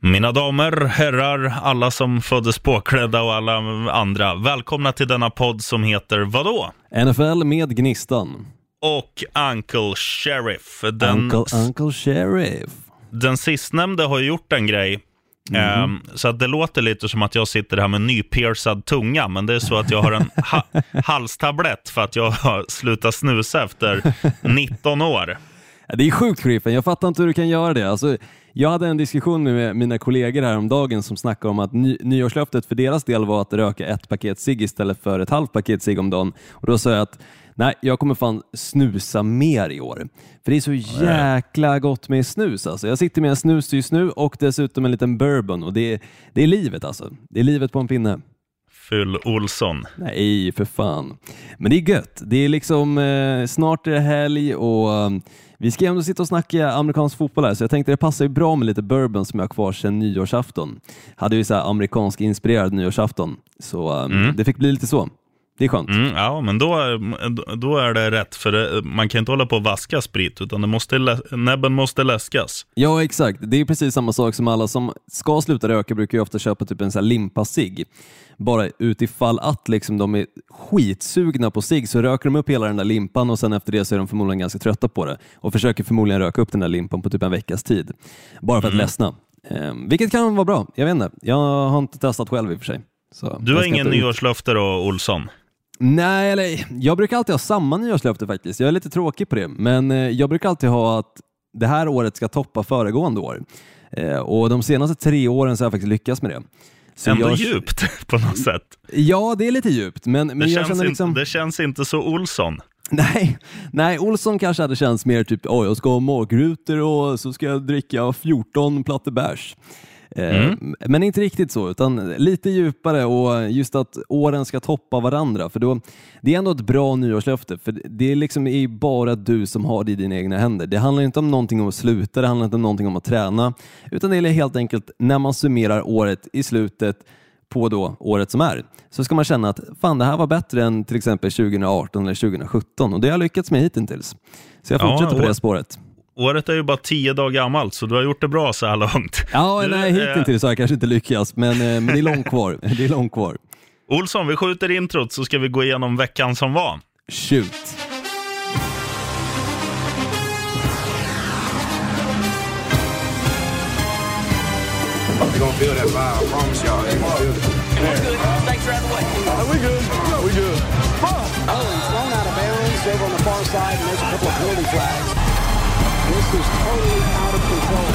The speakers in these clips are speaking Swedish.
Mina damer, herrar, alla som föddes påklädda och alla andra. Välkomna till denna podd som heter vadå? NFL med Gnistan. Och Uncle Sheriff. Uncle Sheriff. Den sistnämnde har gjort en grej. Så att det låter lite som att jag sitter här med nypiercad tunga. Men det är så att jag har en halstablett för att jag har slutat snusa efter 19 år. Det är sjukt, Griffen. Jag fattar inte hur du kan göra det. Alltså, jag hade en diskussion med mina kollegor här om dagen som snackade om att nyårslöftet för deras del var att röka ett paket cigg istället för ett halvt paket cigg om dagen. Och då sa jag att nej, jag kommer fan snusa mer i år. För det är så jäkla gott med snus. Alltså. Jag sitter med en snus just nu och dessutom en liten bourbon. Och det är livet alltså. Det är livet på en pinne. Full Olsson. Nej, för fan. Men det är gött. Det är liksom snart är det helg och vi ska ändå sitta och snacka amerikansk fotboll här. Så jag tänkte det passar ju bra med lite bourbon som jag har kvar sedan nyårsafton. Hade ju så här amerikansk inspirerad nyårsafton. Så det fick bli lite så. Det är skönt. Ja, men då är det rätt. För man kan inte hålla på att vaska sprit utan näbben måste läskas. Ja, exakt. Det är precis samma sak som alla som ska sluta röka brukar ju ofta köpa typ en sån här limpa-cigg. Bara utifall att liksom de är skitsugna på cigg så röker de upp hela den där limpan och sen efter det så är de förmodligen ganska trötta på det. Och försöker förmodligen röka upp den där limpan på typ en veckas tid. Bara för att ledsna. Vilket kan vara bra. Jag vet inte. Jag har inte testat själv i och för sig. Så du har ingen nyårslöfte då, Olsson? Nej, eller jag brukar alltid ha samma nyårslöfte faktiskt. Jag är lite tråkig på det. Men jag brukar alltid ha att det här året ska toppa föregående år. Och de senaste 3 åren så har jag faktiskt lyckats med det. Så ändå djupt på något sätt. Ja, det är lite djupt. Men jag känner liksom... Det känns inte så Olsson. Nej, Olsson kanske hade känts mer typ jag ska ha magrutor och så ska jag dricka 14 plattor bärs. Men inte riktigt så, utan lite djupare och just att åren ska toppa varandra. För då, det är ändå ett bra nyårslöfte. För det är liksom bara du som har det i dina egna händer. Det handlar inte om någonting om att sluta, det handlar inte om någonting om att träna. Utan det är helt enkelt när man summerar året i slutet på då året som är. Så ska man känna att fan, det här var bättre än till exempel 2018 eller 2017. Och det har jag lyckats med hittills. Så jag fortsätter på det spåret. Året är ju bara 10 dagar gammalt, så du har gjort det bra så här långt. Ja, nej, hittills så har jag kanske inte lyckats, men det är långt kvar. Det är långt kvar. Olsson, vi skjuter introt så ska vi gå igenom veckan som var. Shoot. We're gonna feel that vibe, I promise y'all. We're gonna feel it. Thanks for having me. We good. We good. Oh, he's thrown out of bounds over on the far side, and there's a couple of penalty flags. This is totally out of control.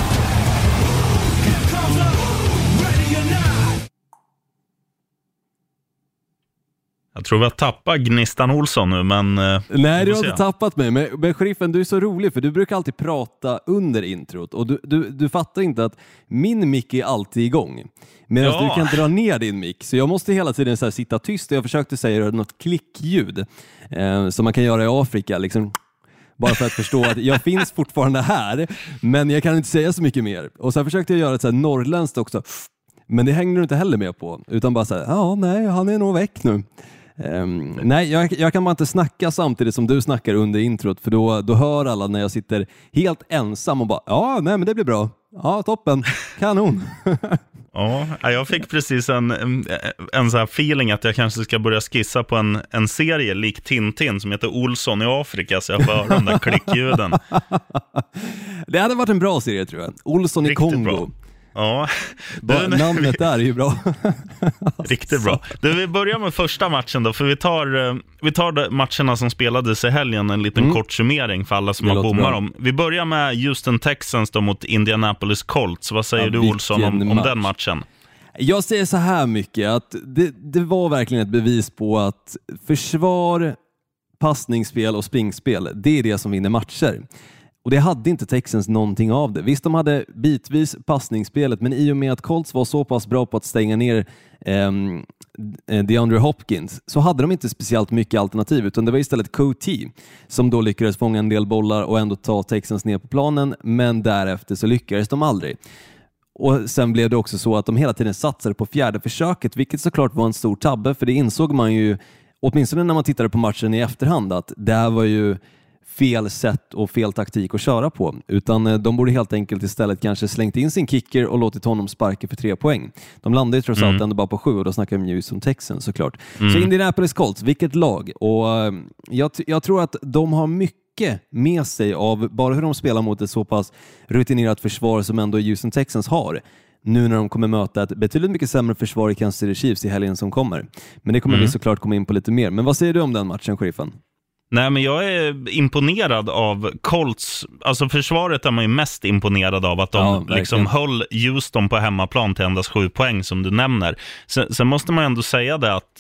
Jag tror vi har tappat Gnistan Olsson nu, men... Nej, du har inte tappat mig. Men Sheriffen, du är så rolig för du brukar alltid prata under introt. Och du fattar inte att min mick är alltid igång. Medan du kan dra ner din mick. Så jag måste hela tiden så här sitta tyst. Och jag försökte säga något klickljud. Som man kan göra i Afrika. Liksom, bara för att förstå att jag finns fortfarande här. Men jag kan inte säga så mycket mer. Och så försökte jag göra ett så här norrländskt också. Men det hängde du inte heller med på. Utan bara så här, nej, han är nog väck nu. Nej, jag kan bara inte snacka samtidigt som du snackar under introt. För då hör alla när jag sitter helt ensam och bara, nej men det blir bra. Ja, toppen. Kanon. Ja, jag fick precis en så här feeling att jag kanske ska börja skissa på en serie lik Tintin som heter Olsson i Afrika, så jag får höra de där klickljuden. Det hade varit en bra serie, tror jag. Olsson i Kongo. Bra. Ja. Namnet där är ju bra. Riktigt bra. Vi börjar med första matchen då, för vi tar matcherna som spelades i helgen, en liten kort summering för alla som har bommar om. Vi börjar med Houston Texans då mot Indianapolis Colts. Vad säger du, Olsson, om den matchen? Jag säger så här mycket att det var verkligen ett bevis på att försvar, passningsspel och springspel, det är det som vinner matcher. Och det hade inte Texans någonting av det. Visst, de hade bitvis passningsspelet, men i och med att Colts var så pass bra på att stänga ner DeAndre Hopkins så hade de inte speciellt mycket alternativ, utan det var istället Coty som då lyckades fånga en del bollar och ändå ta Texans ner på planen, men därefter så lyckades de aldrig. Och sen blev det också så att de hela tiden satsade på fjärde försöket, vilket såklart var en stor tabbe, för det insåg man ju, åtminstone när man tittade på matchen i efterhand, att det här var ju fel sätt och fel taktik att köra på, utan de borde helt enkelt istället kanske slängt in sin kicker och låtit honom sparka för 3 poäng. De landade ju trots allt ändå bara på 7 och då snackar vi om Houston Texans såklart. Så Indianapolis Colts, vilket lag? Och jag tror att de har mycket med sig av bara hur de spelar mot ett så pass rutinerat försvar som ändå Houston Texans har. Nu när de kommer möta ett betydligt mycket sämre försvar i Kansas City Chiefs i helgen som kommer. Men det kommer vi såklart komma in på lite mer. Men vad säger du om den matchen, Sheriffen? Nej, men jag är imponerad av Colts. Alltså försvaret är man ju mest imponerad av att de liksom höll Houston på hemmaplan till endast 7 poäng som du nämner. Sen måste man ändå säga det att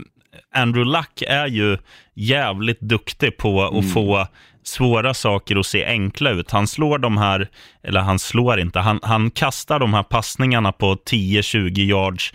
Andrew Luck är ju jävligt duktig på att få svåra saker att se enkla ut. Han slår de här, eller han slår inte, han kastar de här passningarna på 10-20 yards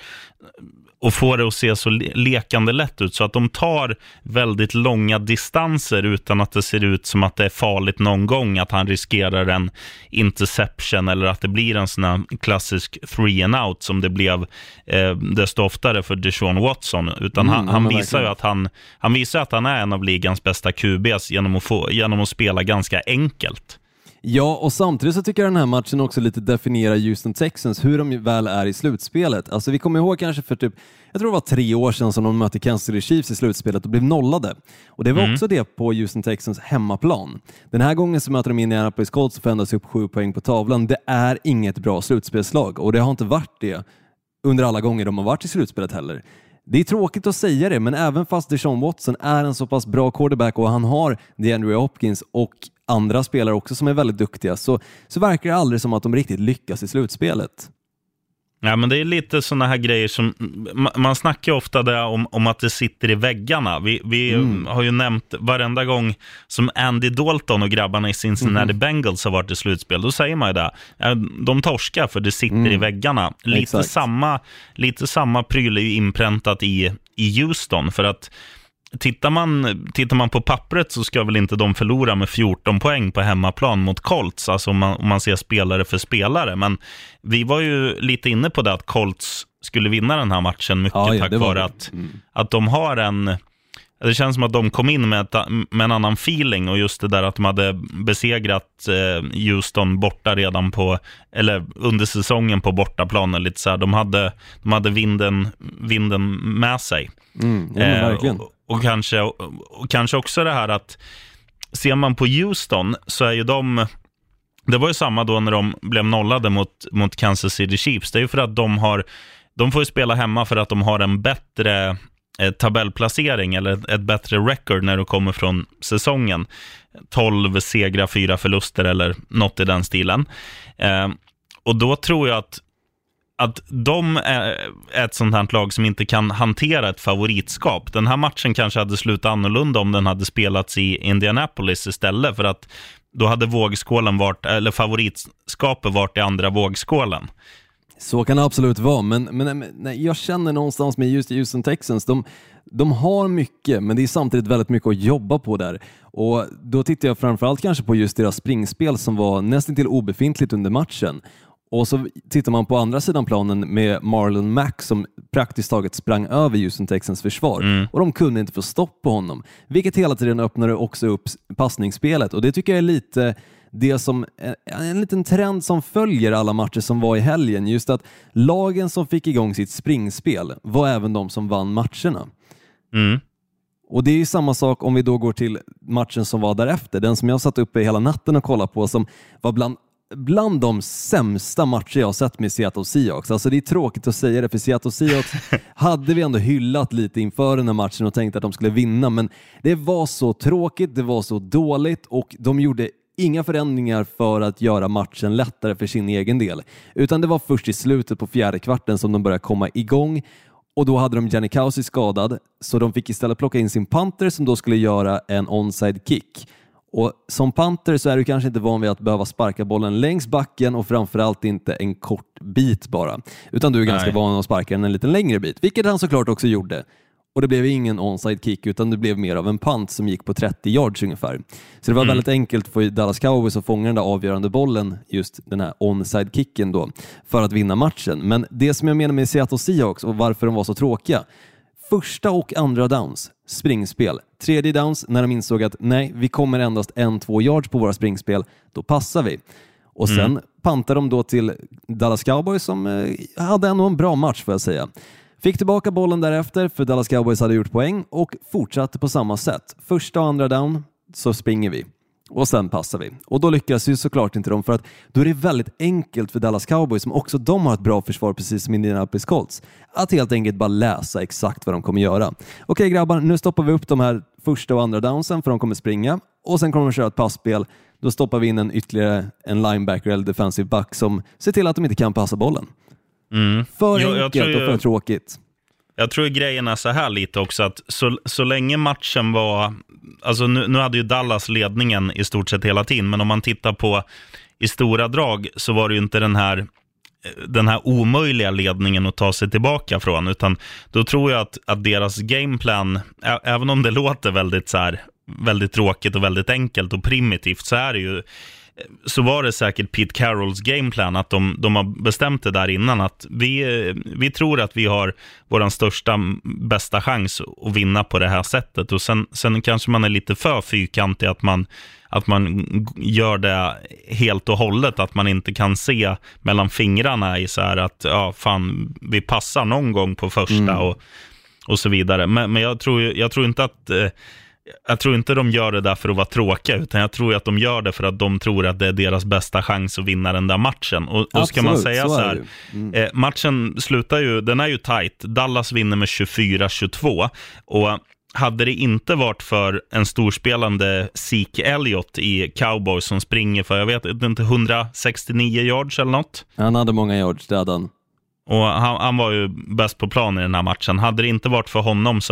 och får det att se så lekande lätt ut så att de tar väldigt långa distanser utan att det ser ut som att det är farligt någon gång, att han riskerar en interception eller att det blir en sån här klassisk 3 and out som det blev desto oftare för Deshaun Watson, utan han visar ju att han visar att han är en av ligans bästa QBs genom att spela ganska enkelt. Ja, och samtidigt så tycker jag den här matchen också lite definierar Houston Texans, hur de väl är i slutspelet. Alltså vi kommer ihåg kanske för typ, jag tror det var 3 år sedan som de mötte Kansas City Chiefs i slutspelet och blev nollade. Och det var också det på Houston Texans hemmaplan. Den här gången så möter de Indianapolis Colts och får endast upp 7 poäng på tavlan. Det är inget bra slutspelslag och det har inte varit det under alla gånger de har varit i slutspelet heller. Det är tråkigt att säga det, men även fast Deshaun Watson är en så pass bra quarterback och han har DeAndre Hopkins och andra spelare också som är väldigt duktiga, så verkar det aldrig som att de riktigt lyckas i slutspelet. Ja, men det är lite såna här grejer som man snackar ofta där om att det sitter i väggarna. Vi har ju nämnt varenda gång som Andy Dalton och grabbarna i Cincinnati Bengals har varit i slutspel, då säger man ju det. De torskar för det sitter i väggarna. Lite samma pryl är ju inpräntat i Houston, för att Tittar man på pappret så ska väl inte de förlora med 14 poäng på hemmaplan mot Colts, alltså om man ser spelare för spelare. Men vi var ju lite inne på det att Colts skulle vinna den här matchen mycket tack vare att de har det känns som att de kom in med en annan feeling, och just det där att de hade besegrat Houston borta redan eller under säsongen på bortaplan, lite så här. De hade vinden med sig. Verkligen. Och kanske också det här att ser man på Houston så är ju det var ju samma då när de blev nollade mot Kansas City Chiefs. Det är ju för att de får ju spela hemma för att de har en bättre tabellplacering eller ett bättre record när du kommer från säsongen. 12 segrar, 4 förluster eller något i den stilen. Och då tror jag att de är ett sånt här lag som inte kan hantera ett favoritskap. Den här matchen kanske hade slutat annorlunda om den hade spelats i Indianapolis istället, för att då hade vågskålen eller favoritskapet varit i andra vågskålen. Så kan det absolut vara, men jag känner någonstans med just Houston Texans, de har mycket, men det är samtidigt väldigt mycket att jobba på där. Och då tittar jag framförallt kanske på just deras springspel som var nästan till obefintligt under matchen. Och så tittar man på andra sidan planen med Marlon Mack som praktiskt taget sprang över Houston Texans försvar. Och de kunde inte få stopp på honom. Vilket hela tiden öppnade också upp passningsspelet. Och det tycker jag är lite det som en liten trend som följer alla matcher som var i helgen. Just att lagen som fick igång sitt springspel var även de som vann matcherna. Och det är ju samma sak om vi då går till matchen som var därefter. Den som jag satt uppe hela natten och kollade på, som var bland de sämsta matcher jag har sett med Seattle Seahawks. Alltså det är tråkigt att säga det, för Seattle Seahawks hade vi ändå hyllat lite inför den här matchen och tänkte att de skulle vinna, men det var så tråkigt, det var så dåligt och de gjorde inga förändringar för att göra matchen lättare för sin egen del. Utan det var först i slutet på fjärde kvarten som de började komma igång, och då hade de Janikowski skadad, så de fick istället plocka in sin punter som då skulle göra en onside kick. Och som punter så är du kanske inte van vid att behöva sparka bollen längs backen och framförallt inte en kort bit bara. Utan du är ganska van att sparka den en lite längre bit, vilket han såklart också gjorde. Och det blev ingen onside kick utan det blev mer av en punt som gick på 30 yards ungefär. Så det var väldigt enkelt för Dallas Cowboys att fånga den där avgörande bollen, just den här onside kicken då, för att vinna matchen. Men det som jag menar med Seattle Seahawks och varför de var så tråkiga, första och andra downs, springspel. Tredje downs, när de insåg att nej, vi kommer endast 1-2 yards på våra springspel, då passar vi. Och sen pantade de då till Dallas Cowboys som hade ändå en bra match, får jag säga. Fick tillbaka bollen därefter, för Dallas Cowboys hade gjort poäng, och fortsatte på samma sätt. Första och andra down, så springer vi. Och sen passar vi. Och då lyckas ju såklart inte de, för att då är det väldigt enkelt för Dallas Cowboys, som också de har ett bra försvar precis som Indianapolis Colts, att helt enkelt bara läsa exakt vad de kommer göra. Okej grabbar, nu stoppar vi upp de här första och andra downsen, för de kommer springa. Och sen kommer de köra ett passspel. Då stoppar vi in ytterligare en linebacker eller defensive back som ser till att de inte kan passa bollen. För enkelt och för tråkigt. Jag tror grejen är så här lite också, att så länge matchen var... Alltså nu hade ju Dallas ledningen i stort sett hela tiden, men om man tittar på i stora drag så var det ju inte den här omöjliga ledningen att ta sig tillbaka från, utan då tror jag att deras gameplan, även om det låter väldigt tråkigt och väldigt enkelt och primitivt, så var det säkert Pete Carrolls gameplan, att de har bestämt det där innan, att vi tror att vi har våran bästa chans att vinna på det här sättet, och sen kanske man är lite för fyrkantig, att man gör det helt och hållet, att man inte kan se mellan fingrarna i så här att vi passar någon gång på första och så vidare. Men jag tror inte att jag tror inte de gör det där för att vara tråkiga, utan jag tror att de gör det för att de tror att det är deras bästa chans att vinna den där matchen. Och ska man säga så här, matchen slutar ju, den är ju tight. Dallas vinner med 24-22, och hade det inte varit för en storspelande Zeke Elliott i Cowboys som springer för, jag vet inte, 169 yards eller något. Han hade många yards, det hade han. Och han var ju bäst på plan i den här matchen. Hade det inte varit för honom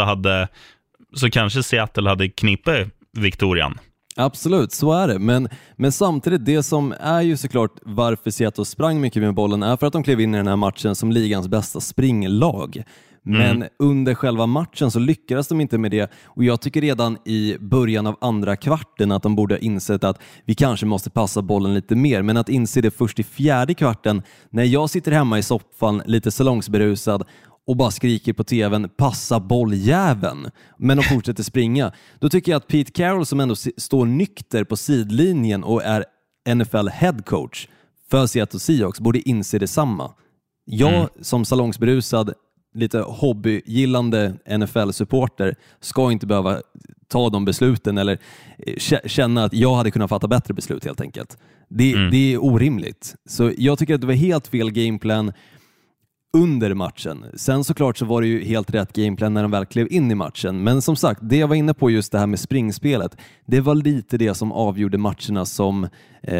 så kanske Seattle hade knipit Victorian. Absolut, så är det. Men samtidigt, det som är ju såklart varför Seattle sprang mycket med bollen är för att de klev in i den här matchen som ligans bästa springlag. Men under själva matchen så lyckades de inte med det, och jag tycker redan i början av andra kvarten att de borde ha insett att vi kanske måste passa bollen lite mer, men att inse det först i fjärde kvarten när jag sitter hemma i soffan lite salongsberusad och bara skriker på tvn, passa bolljäveln, men de fortsätter springa. Då tycker jag att Pete Carroll, som ändå står nykter på sidlinjen och är NFL head coach för Seattle Seahawks, borde inse detsamma. Jag som salongsberusad, lite hobbygillande NFL-supporter ska inte behöva ta de besluten eller känna att jag hade kunnat fatta bättre beslut helt enkelt. Det är orimligt. Så jag tycker att det var helt fel gameplan under matchen. Sen såklart så var det ju helt rätt gameplan när de väl klev in i matchen. Men som sagt, det jag var inne på, just det här med springspelet, det var lite det som avgjorde matcherna som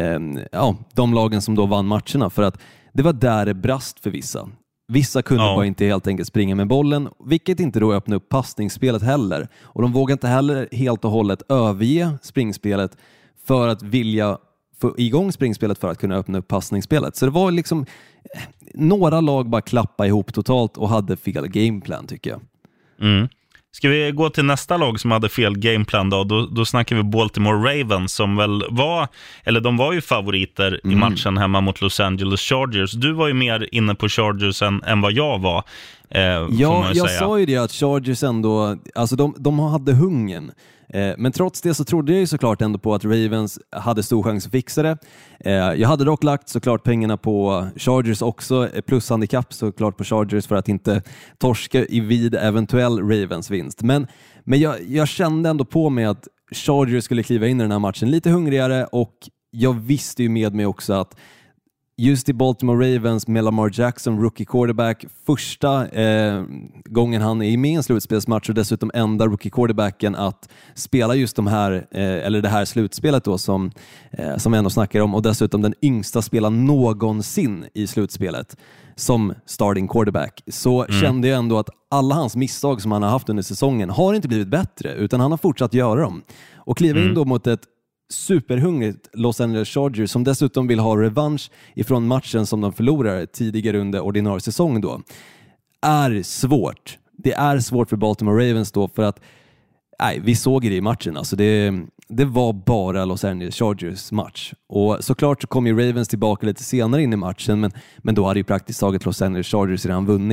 de lagen som då vann matcherna, för att det var där det brast för vissa. Vissa kunde bara inte helt enkelt springa med bollen, vilket inte då öppnade upp passningsspelet heller. Och de vågade inte heller helt och hållet överge springspelet för att vilja få igång springspelet för att kunna öppna upp passningsspelet. Så det var liksom några lag bara klappa ihop totalt och hade fel gameplan, tycker jag. Ska vi gå till nästa lag som hade fel gameplan då snackar vi Baltimore Ravens, som väl var ju favoriter i matchen hemma mot Los Angeles Chargers. Du var ju mer inne på Chargers än vad jag var. Jag sa ju det, att Chargers ändå, alltså de hade hungern. Men trots det så trodde jag ju såklart ändå på att Ravens hade stor chans att fixa det. Jag hade dock lagt såklart pengarna på Chargers också, plus handikapp såklart på Chargers för att inte torska i vid eventuell Ravens vinst. Men jag kände ändå på mig att Chargers skulle kliva in i den här matchen lite hungrigare, och jag visste ju med mig också att just i Baltimore Ravens med Lamar Jackson, rookie quarterback, första gången han är med i en slutspelsmatch och dessutom enda rookie quarterbacken att spela just det här slutspelet då som ändå snackar om, och dessutom den yngsta spelaren någonsin i slutspelet som starting quarterback, så kände jag ändå att alla hans misstag som han har haft under säsongen har inte blivit bättre, utan han har fortsatt göra dem. Och kliva in då mot ett superhungrigt Los Angeles Chargers som dessutom vill ha revansch ifrån matchen som de förlorade tidigare under ordinarie säsong då, är svårt. Det är svårt för Baltimore Ravens då, för att vi såg det i matchen. Alltså det var bara Los Angeles Chargers match. Och såklart så kom ju Ravens tillbaka lite senare in i matchen, men då hade ju praktiskt taget Los Angeles Chargers redan vunnit.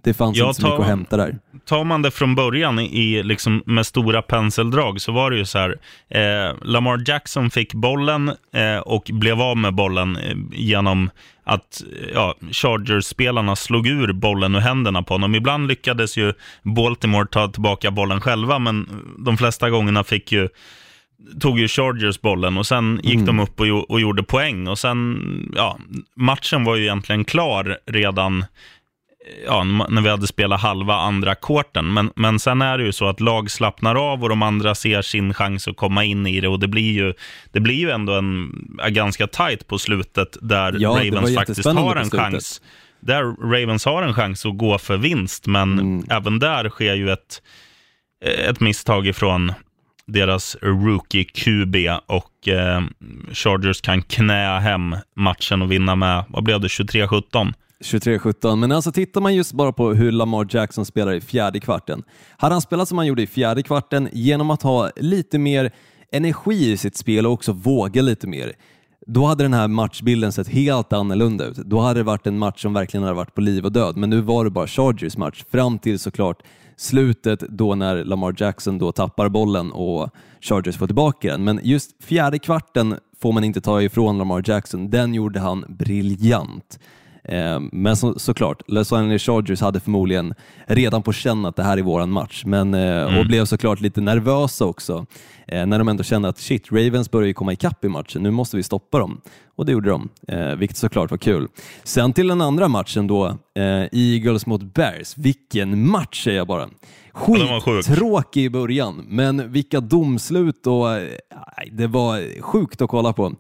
Det fanns inte så mycket att hämta där. Tar man det från början i liksom med stora penseldrag, så var det ju så här, Lamar Jackson fick bollen och blev av med bollen genom att Chargers-spelarna slog ur bollen ur händerna på honom. Ibland lyckades ju Baltimore ta tillbaka bollen själva, men de flesta gångerna tog ju Chargers bollen och sen gick de upp och gjorde poäng. Och sen, matchen var ju egentligen klar redan när vi hade spelat halva andra kvarten. Men sen är det ju så att lag slappnar av och de andra ser sin chans att komma in i det. Och det blir ju ändå en ganska tight på slutet där Ravens faktiskt har en chans. Där Ravens har en chans att gå för vinst. Men även där sker ju ett misstag ifrån deras rookie QB och Chargers kan knä hem matchen och vinna med, vad blev det, 23-17? 23-17, men alltså tittar man just bara på hur Lamar Jackson spelar i fjärde kvarten. Hade han spelat som han gjorde i fjärde kvarten genom att ha lite mer energi i sitt spel och också våga lite mer, då hade den här matchbilden sett helt annorlunda ut. Då hade det varit en match som verkligen hade varit på liv och död, men nu var det bara Chargers match fram till såklart slutet då när Lamar Jackson då tappar bollen och Chargers får tillbaka den. Men just fjärde kvarten får man inte ta ifrån Lamar Jackson. Den gjorde han briljant. Men såklart, Los Angeles Chargers hade förmodligen redan på känn att det här är våran match, men och blev såklart lite nervösa också när de ändå kände att shit, Ravens börjar ju komma ikapp i matchen, nu måste vi stoppa dem, och det gjorde de, vilket såklart var kul. Sen till den andra matchen då, Eagles mot Bears. Vilken match, säger jag bara. Skittråkig i början, men vilka domslut, och det var sjukt att kolla på.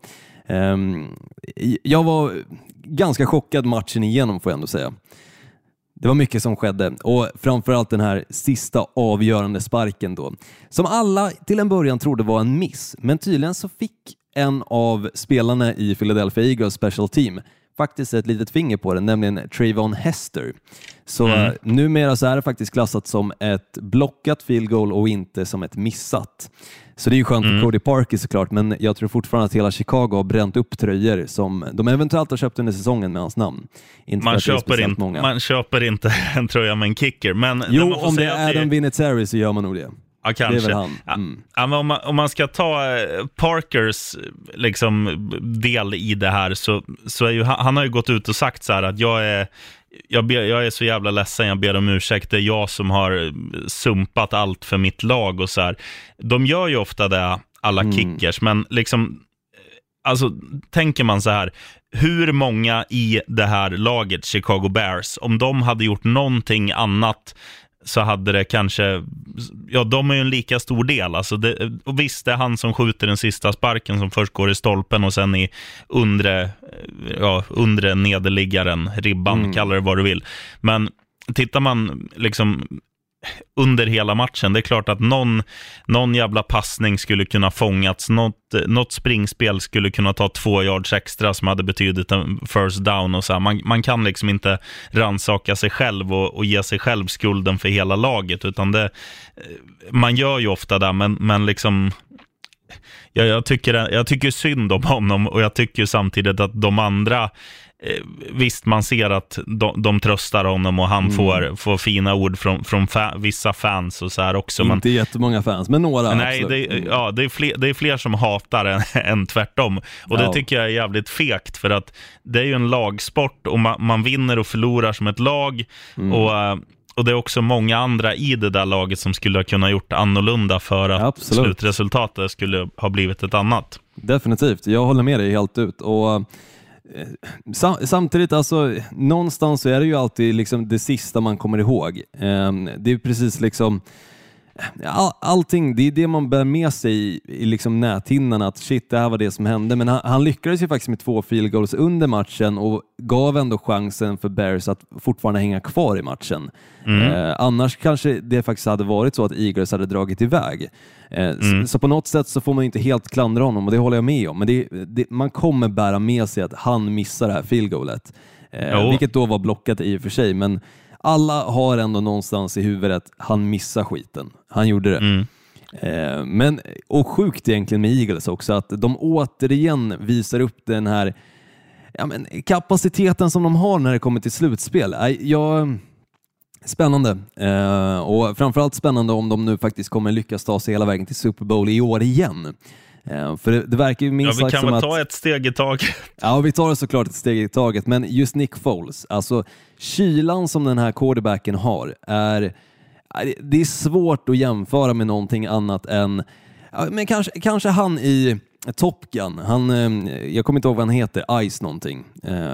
Jag var ganska chockad matchen igenom, får jag ändå säga. Det var mycket som skedde, och framförallt den här sista avgörande sparken då, som alla till en början trodde var en miss, men tydligen så fick en av spelarna i Philadelphia Eagles special team faktiskt ett litet finger på den, nämligen Trayvon Hester. Så numera så är det faktiskt klassat som ett blockat field goal och inte som ett missat. Så det är ju skönt för Cody Parkey såklart, men jag tror fortfarande att hela Chicago har bränt upp tröjor som de eventuellt har köpt under säsongen med hans namn. Man köper inte en tröja med en kicker. Men jo, om det är Adam Vinatieri så gör man nog det. Ja, kanske. Det är väl han. Ja, men om man ska ta Parkers liksom del i det här, så är ju han har ju gått ut och sagt så här att jag är så jävla ledsen, jag ber om ursäkt, det är jag som har sumpat allt för mitt lag och så här. De gör ju ofta det, alla kickers, men liksom, alltså tänker man så här, hur många i det här laget, Chicago Bears, om de hade gjort någonting annat så hade det kanske, de är ju en lika stor del, alltså och visst, det är han som skjuter den sista sparken som först går i stolpen och sen i undre nederliggaren, ribban, kallar det vad du vill, men tittar man liksom under hela matchen, det är klart att någon jävla passning skulle kunna fångats, något springspel skulle kunna ta 2 yards extra som hade betydit en first down och så här. Man kan liksom inte ransaka sig själv och ge sig själv skulden för hela laget, utan man gör ju ofta det, men liksom jag tycker synd om honom, och jag tycker samtidigt att de andra, visst, man ser att de tröstar honom och han får fina ord från vissa fans och så här också. Inte jättemånga fans, men några. Nej, det är fler som hatar än tvärtom. Och det tycker jag är jävligt fegt, för att det är ju en lagsport och man vinner och förlorar som ett lag. Och det är också många andra i det där laget som skulle ha kunnat gjort annorlunda för att slutresultatet skulle ha blivit ett annat. Definitivt, jag håller med dig helt ut. Och samtidigt, alltså, någonstans så är det ju alltid liksom det sista man kommer ihåg. Det är precis liksom allting, det är det man bär med sig i liksom näthinnan, att shit, det här var det som hände. Men han lyckades ju faktiskt med 2 field goals under matchen och gav ändå chansen för Bears att fortfarande hänga kvar i matchen. Annars kanske det faktiskt hade varit så att Eagles hade dragit iväg. Så på något sätt så får man inte helt klandra honom, och det håller jag med om. Men man kommer bära med sig att han missar det här field goalet. Vilket då var blockat i och för sig, men alla har ändå någonstans i huvudet han missar skiten. Han gjorde det. Men, och sjukt egentligen med Eagles också, att de återigen visar upp den här kapaciteten som de har när det kommer till slutspel. Spännande. Och framförallt spännande om de nu faktiskt kommer lyckas ta sig hela vägen till Super Bowl i år igen. För det verkar ju minst sagt som att... vi kan väl ta ett steg i taget. Ja, vi tar det såklart ett steg i taget. Men just Nick Foles, alltså kylan som den här quarterbacken har det är svårt att jämföra med någonting annat än... Men kanske han i Top Gun. Jag kommer inte ihåg vad han heter. Ice någonting.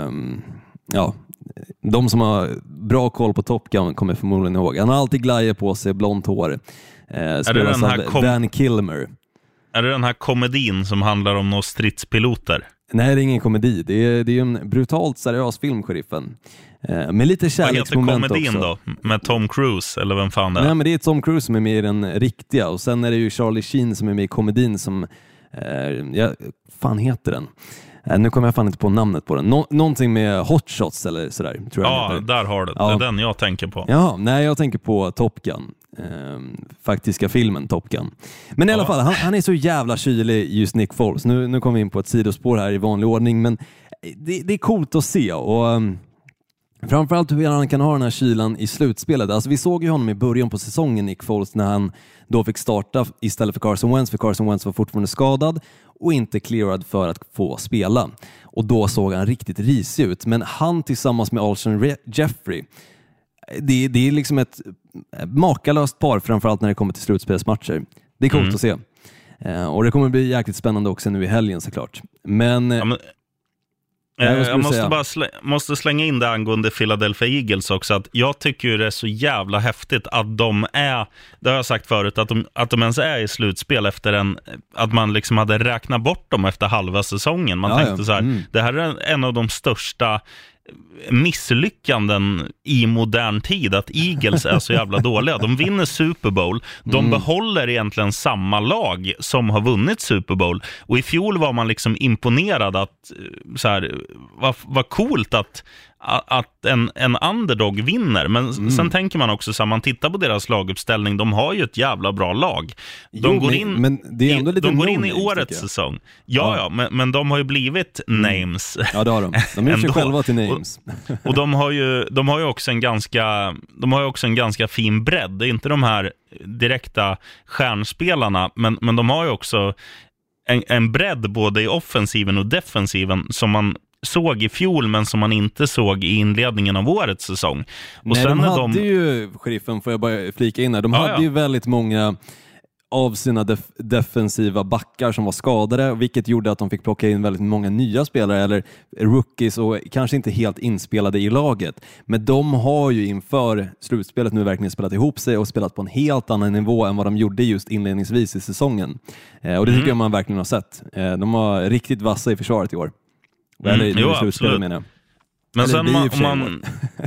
De som har bra koll på Top Gun kommer förmodligen ihåg. Han har alltid glajjor på sig, blont hår. Spelas av Van Kilmer. Är det den här komedin som handlar om några stridspiloter? Nej, det är ingen komedi. Det är en brutalt seriös film, Sheriffen. Med lite kärleksmoment också. Vad heter komedin då? Med Tom Cruise, eller vem fan det är? Nej, men det är Tom Cruise som är med i den riktiga. Och sen är det ju Charlie Sheen som är med i komedin som... fan heter den? Nu kommer jag fan inte på namnet på den. Någonting med Hot Shots eller sådär. Tror jag där har du. Ja. Det är den jag tänker på. Ja, nej, jag tänker på Top Gun. Faktiska filmen Top Gun. Men i alla fall, han är så jävla kylig, just Nick Foles. Nu kommer vi in på ett sidospår här i vanlig ordning, men det är coolt att se. Och framförallt hur han kan ha den här kylan i slutspelet. Alltså vi såg ju honom i början på säsongen, Nick Foles, när han då fick starta istället för Carson Wentz, för Carson Wentz var fortfarande skadad och inte clearad för att få spela. Och då såg han riktigt risig ut. Men han tillsammans med Alshon Jeffrey, det är liksom ett makalöst par, framförallt när det kommer till slutspelsmatcher. Det är coolt att se. Och det kommer bli jäkligt spännande också nu i helgen såklart. Jag måste slänga in det angående Philadelphia Eagles också, att jag tycker ju det är så jävla häftigt att de är, det har jag sagt förut, att de ens är i slutspel efter att man liksom hade räknat bort dem efter halva säsongen. Man tänkte så här, det här är en av de största misslyckanden i modern tid, att Eagles är så jävla dåliga. De vinner Super Bowl, de behåller egentligen samma lag som har vunnit Super Bowl, och i fjol var man liksom imponerad att så här, vad coolt att en underdog vinner, men sen tänker man också så här, man tittar på deras laguppställning, de har ju ett jävla bra lag. De går in i årets säsong. Men de har ju blivit names. Ja, det har de. De är ju själva till names. Och de har ju också en ganska fin bredd. Det är inte de här direkta stjärnspelarna, men de har ju också en bredd både i offensiven och defensiven som man såg i fjol, men som man inte såg i inledningen av årets säsong. Och nej, sen de hade ju, Sheriffen, får jag bara flika in här, de hade ju väldigt många av sina defensiva backar som var skadade, vilket gjorde att de fick plocka in väldigt många nya spelare eller rookies och kanske inte helt inspelade i laget. Men de har ju inför slutspelet nu verkligen spelat ihop sig och spelat på en helt annan nivå än vad de gjorde just inledningsvis i säsongen. Och det tycker jag man verkligen har sett. De var riktigt vassa i försvaret i år. Eller i slutspelet menar jag. Men sen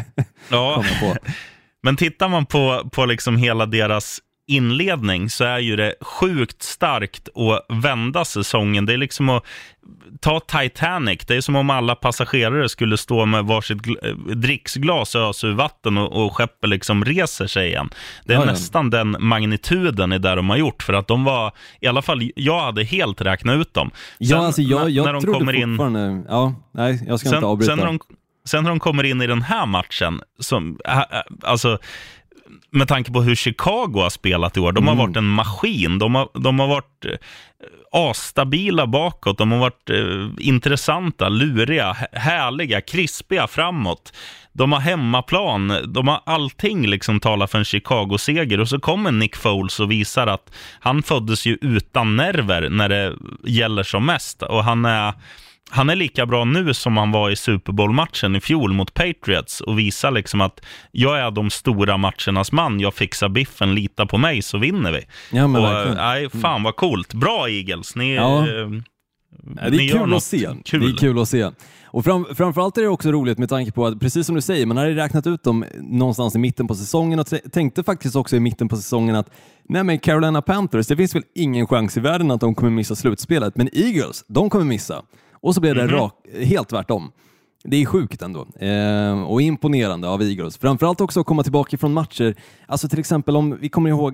men tittar man på liksom hela deras inledning, så är ju det sjukt starkt att vända säsongen. Det är liksom att ta Titanic. Det är som om alla passagerare skulle stå med varsitt dricksglas och ösa ur vatten och skeppet liksom reser sig igen. Det är nästan den magnituden i det de har gjort, för att de var, i alla fall jag hade helt räknat ut dem. Sen, alltså jag trodde fortfarande... jag ska inte avbryta. Sen när de kommer in i den här matchen, alltså med tanke på hur Chicago har spelat i år, de har varit en maskin, de har varit asstabila bakåt, de har varit intressanta, luriga, härliga, krispiga framåt. De har hemmaplan, de har allting liksom talar för en Chicago-seger, och så kommer Nick Foles och visar att han föddes ju utan nerver när det gäller som mest, och han är lika bra nu som han var i Super Bowl-matchen i fjol mot Patriots, och visar liksom att jag är de stora matchernas man, jag fixar biffen, lita på mig så vinner vi. Ja, men fan vad coolt. Bra Eagles, det är kul att se. Det är kul att se. Och framförallt är det också roligt med tanke på att, precis som du säger, man hade räknat ut dem någonstans i mitten på säsongen och tänkte faktiskt också i mitten på säsongen att nej, men Carolina Panthers, det finns väl ingen chans i världen att de kommer missa slutspelet, men Eagles, de kommer missa. Och så blev det helt tvärtom. Det är sjukt ändå. Och imponerande av Eagles. Framförallt också att komma tillbaka från matcher. Alltså till exempel om vi kommer ihåg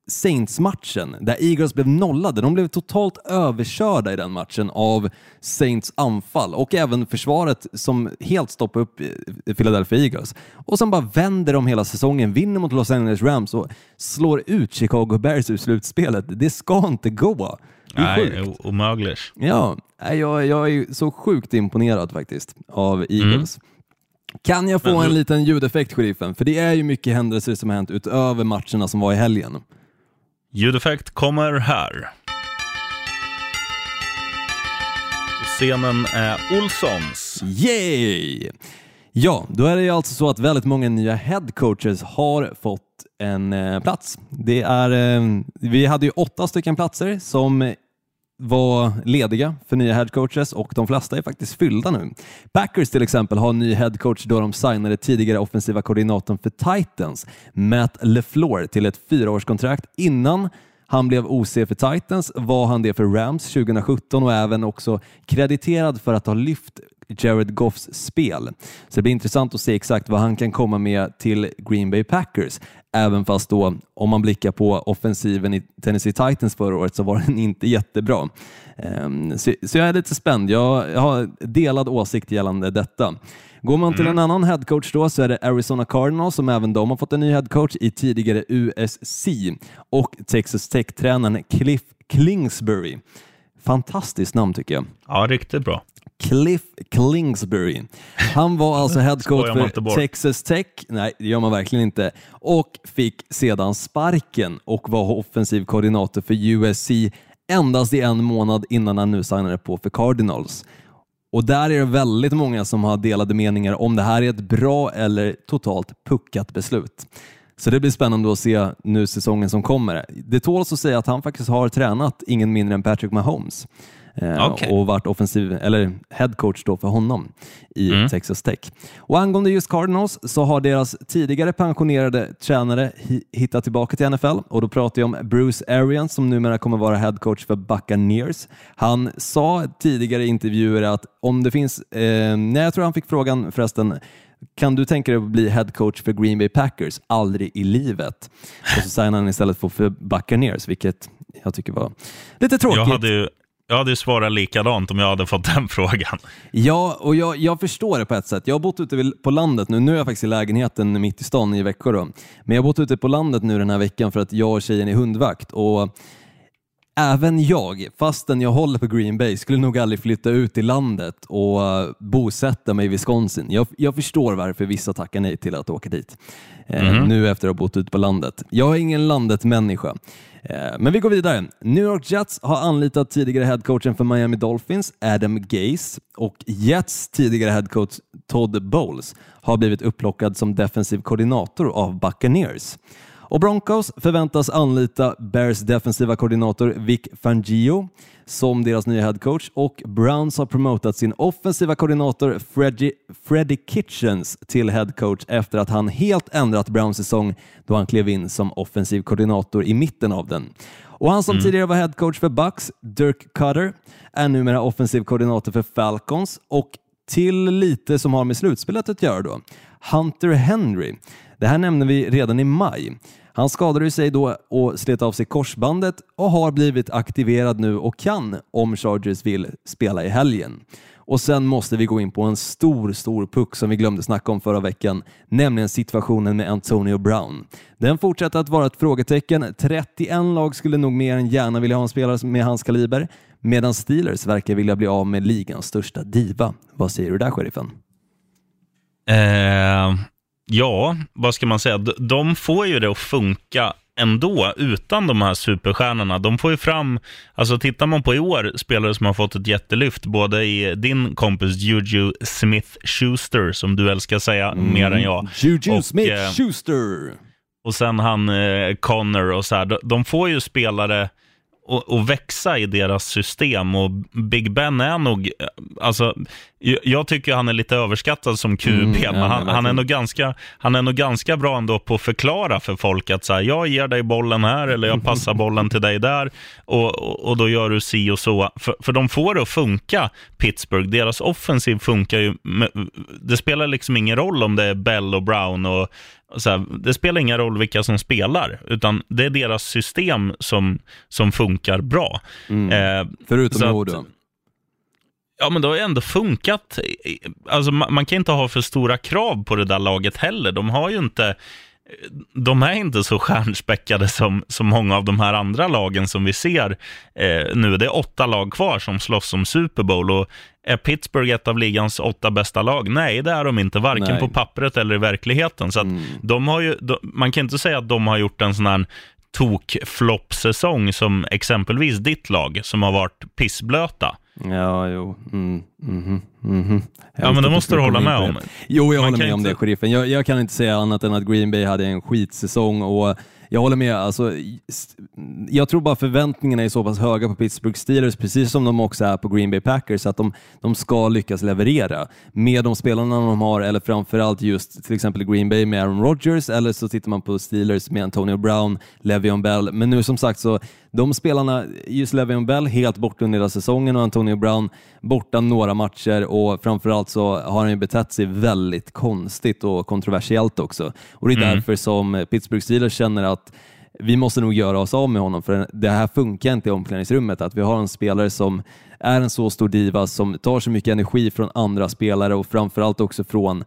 Saints-matchen där Eagles blev nollade. De blev totalt överkörda i den matchen av Saints anfall och även försvaret som helt stoppade upp Philadelphia Eagles. Och sen bara vänder de hela säsongen, vinner mot Los Angeles Rams och slår ut Chicago Bears ur slutspelet. Det ska inte gå. Nej, omöjligt. Ja, jag är så sjukt imponerad faktiskt av Eagles. Kan jag få en liten ljudeffekt, sheriffen? För det är ju mycket händelser som har hänt utöver matcherna som var i helgen. Ljudeffekt kommer här. Scenen är Olssons. Yay! Ja, då är det ju alltså så att väldigt många nya headcoaches har fått en plats. Det är, vi hade ju 8 stycken platser som var lediga för nya headcoaches och de flesta är faktiskt fyllda nu. Packers till exempel har en ny headcoach då de signade tidigare offensiva koordinatorn för Titans, Matt LaFleur, till ett 4-årskontrakt. Innan han blev OC för Titans var han det för Rams 2017 och även också krediterad för att ha lyft Jared Goffs spel. Så det blir intressant att se exakt vad han kan komma med till Green Bay Packers. Även fast då, om man blickar på offensiven i Tennessee Titans förra året så var den inte jättebra. Så jag är lite spänd. Jag har delad åsikt gällande detta. Går man till en annan headcoach då så är det Arizona Cardinals som även de har fått en ny headcoach i tidigare USC och Texas Tech-tränaren Cliff Kingsbury. Fantastiskt namn tycker jag. Ja, riktigt bra. Cliff Kingsbury. Han var alltså headcoach för Texas Tech. Nej, det gör man verkligen inte. Och fick sedan sparken och var offensiv koordinator för USC endast i 1 månad innan han nu signade på för Cardinals. Och där är det väldigt många som har delade meningar om det här är ett bra eller totalt puckat beslut. Så det blir spännande att se nu säsongen som kommer. Det tåls att säga att han faktiskt har tränat ingen mindre än Patrick Mahomes. Och varit offensiv eller headcoach då för honom i Texas Tech. Och angående just Cardinals så har deras tidigare pensionerade tränare hittat tillbaka till NFL och då pratar jag om Bruce Arians som numera kommer vara headcoach för Buccaneers. Han sa tidigare i intervjuer att om det finns, jag tror han fick frågan förresten, kan du tänka dig att bli headcoach för Green Bay Packers? Aldrig i livet. Och så signade han istället för Buccaneers, vilket jag tycker var lite tråkigt. Jag hade svarat likadant om jag hade fått den frågan. Ja, och jag förstår det på ett sätt. Jag har bott ute på landet nu. Nu är jag faktiskt i lägenheten mitt i stan i veckor då. Men jag har bott ute på landet nu den här veckan för att jag och tjejen är hundvakt. Och även jag, fastän jag håller på Green Bay, skulle nog aldrig flytta ut i landet och bosätta mig i Wisconsin. Jag förstår varför vissa tackar nej till att åka dit. Nu efter att ha bott ute på landet. Jag är ingen landet-människa. Men vi går vidare. New York Jets har anlitat tidigare headcoachen för Miami Dolphins, Adam Gase, och Jets tidigare headcoach Todd Bowles har blivit upplockad som defensiv koordinator av Buccaneers. Och Broncos förväntas anlita Bears defensiva koordinator Vic Fangio som deras nya headcoach och Browns har promotat sin offensiva koordinator Freddie Kitchens till headcoach efter att han helt ändrat Browns säsong då han klev in som offensiv koordinator i mitten av den. Och han som tidigare var headcoach för Bucks, Dirk Cutter, är numera offensiv koordinator för Falcons och till lite som har med slutspelet att göra då. Hunter Henry. Det här nämnde vi redan i maj. Han skadade sig då och slet av sig korsbandet och har blivit aktiverad nu och kan, om Chargers vill, spela i helgen. Och sen måste vi gå in på en stor puck som vi glömde snacka om förra veckan, nämligen situationen med Antonio Brown. Den fortsätter att vara ett frågetecken. 31 lag skulle nog mer än gärna vilja ha en spelare med hans kaliber, medan Steelers verkar vilja bli av med ligans största diva. Vad säger du där, sheriffen? Ja, vad ska man säga? De får ju det att funka ändå utan de här superstjärnorna. De får ju fram, alltså tittar man på i år, spelare som har fått ett jättelyft, både i din kompis Juju Smith-Schuster, som du älskar säga mer än jag. Juju Smith-Schuster. Och sen han Connor och så här. De får ju spelare och växa i deras system, och Big Ben är nog, alltså jag tycker han är lite överskattad som QB, men han är nog ganska bra ändå på att förklara för folk att så här, jag ger dig bollen här eller jag passar bollen till dig där och då gör du si och så, för de får det att funka. Pittsburgh, deras offensiv funkar ju, det spelar liksom ingen roll om det är Bell och Brown och så här, det spelar ingen roll vilka som spelar, utan det är deras system som funkar bra. Förutom Norden. Ja, men det har ju ändå funkat. Alltså, man kan inte ha för stora krav på det där laget heller. De är inte så stjärnspäckade som många av de här andra lagen som vi ser nu. Det är 8 lag kvar som slåss om Super Bowl, och är Pittsburgh ett av ligans 8 bästa lag? Nej, det är de inte, varken på pappret eller i verkligheten. Så att man kan inte säga att de har gjort en sån här tok-flopp-säsong som exempelvis ditt lag, som har varit pissblöta. Ja, jo. Ja, men det måste du hålla med om. Jo, jag håller med om det, sheriffen. Jag kan inte säga annat än att Green Bay hade en skitsäsong, och jag håller med. Alltså, jag tror bara förväntningarna är så pass höga på Pittsburgh Steelers, precis som de också är på Green Bay Packers, att de ska lyckas leverera med de spelarna de har, eller framförallt just till exempel Green Bay med Aaron Rodgers, eller så tittar man på Steelers med Antonio Brown, Le'Veon Bell. Men nu som sagt, så de spelarna, just Le'Veon Bell helt bort under hela säsongen och Antonio Brown borta några matcher, och framförallt så har han ju betett sig väldigt konstigt och kontroversiellt också. Och det är därför som Pittsburgh Steelers känner att vi måste nog göra oss av med honom, för det här funkar inte i omklädningsrummet, att vi har en spelare som är en så stor diva, som tar så mycket energi från andra spelare, och framförallt också från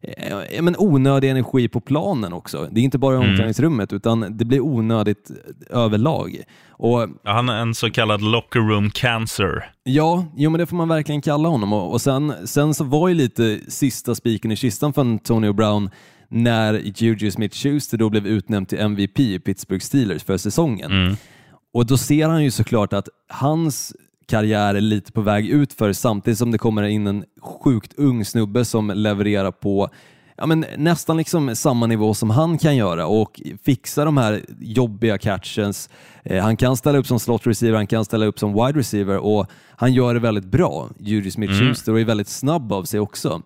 onödig energi på planen också. Det är inte bara i omklädningsrummet, utan det blir onödigt överlag. Och han är en så kallad locker room cancer. Ja, men det får man verkligen kalla honom. Och sen så var ju lite sista spiken i kistan för Antonio Brown när Juju Smith-Schuster då blev utnämnd till MVP i Pittsburgh Steelers för säsongen. Och då ser han ju såklart att hans karriär är lite på väg ut, för samtidigt som det kommer in en sjukt ung snubbe som levererar på nästan liksom samma nivå som han kan göra och fixa de här jobbiga catches. Han kan ställa upp som slot receiver, han kan ställa upp som wide receiver, och han gör det väldigt bra. Juju Smith-Schuster och är väldigt snabb av sig också.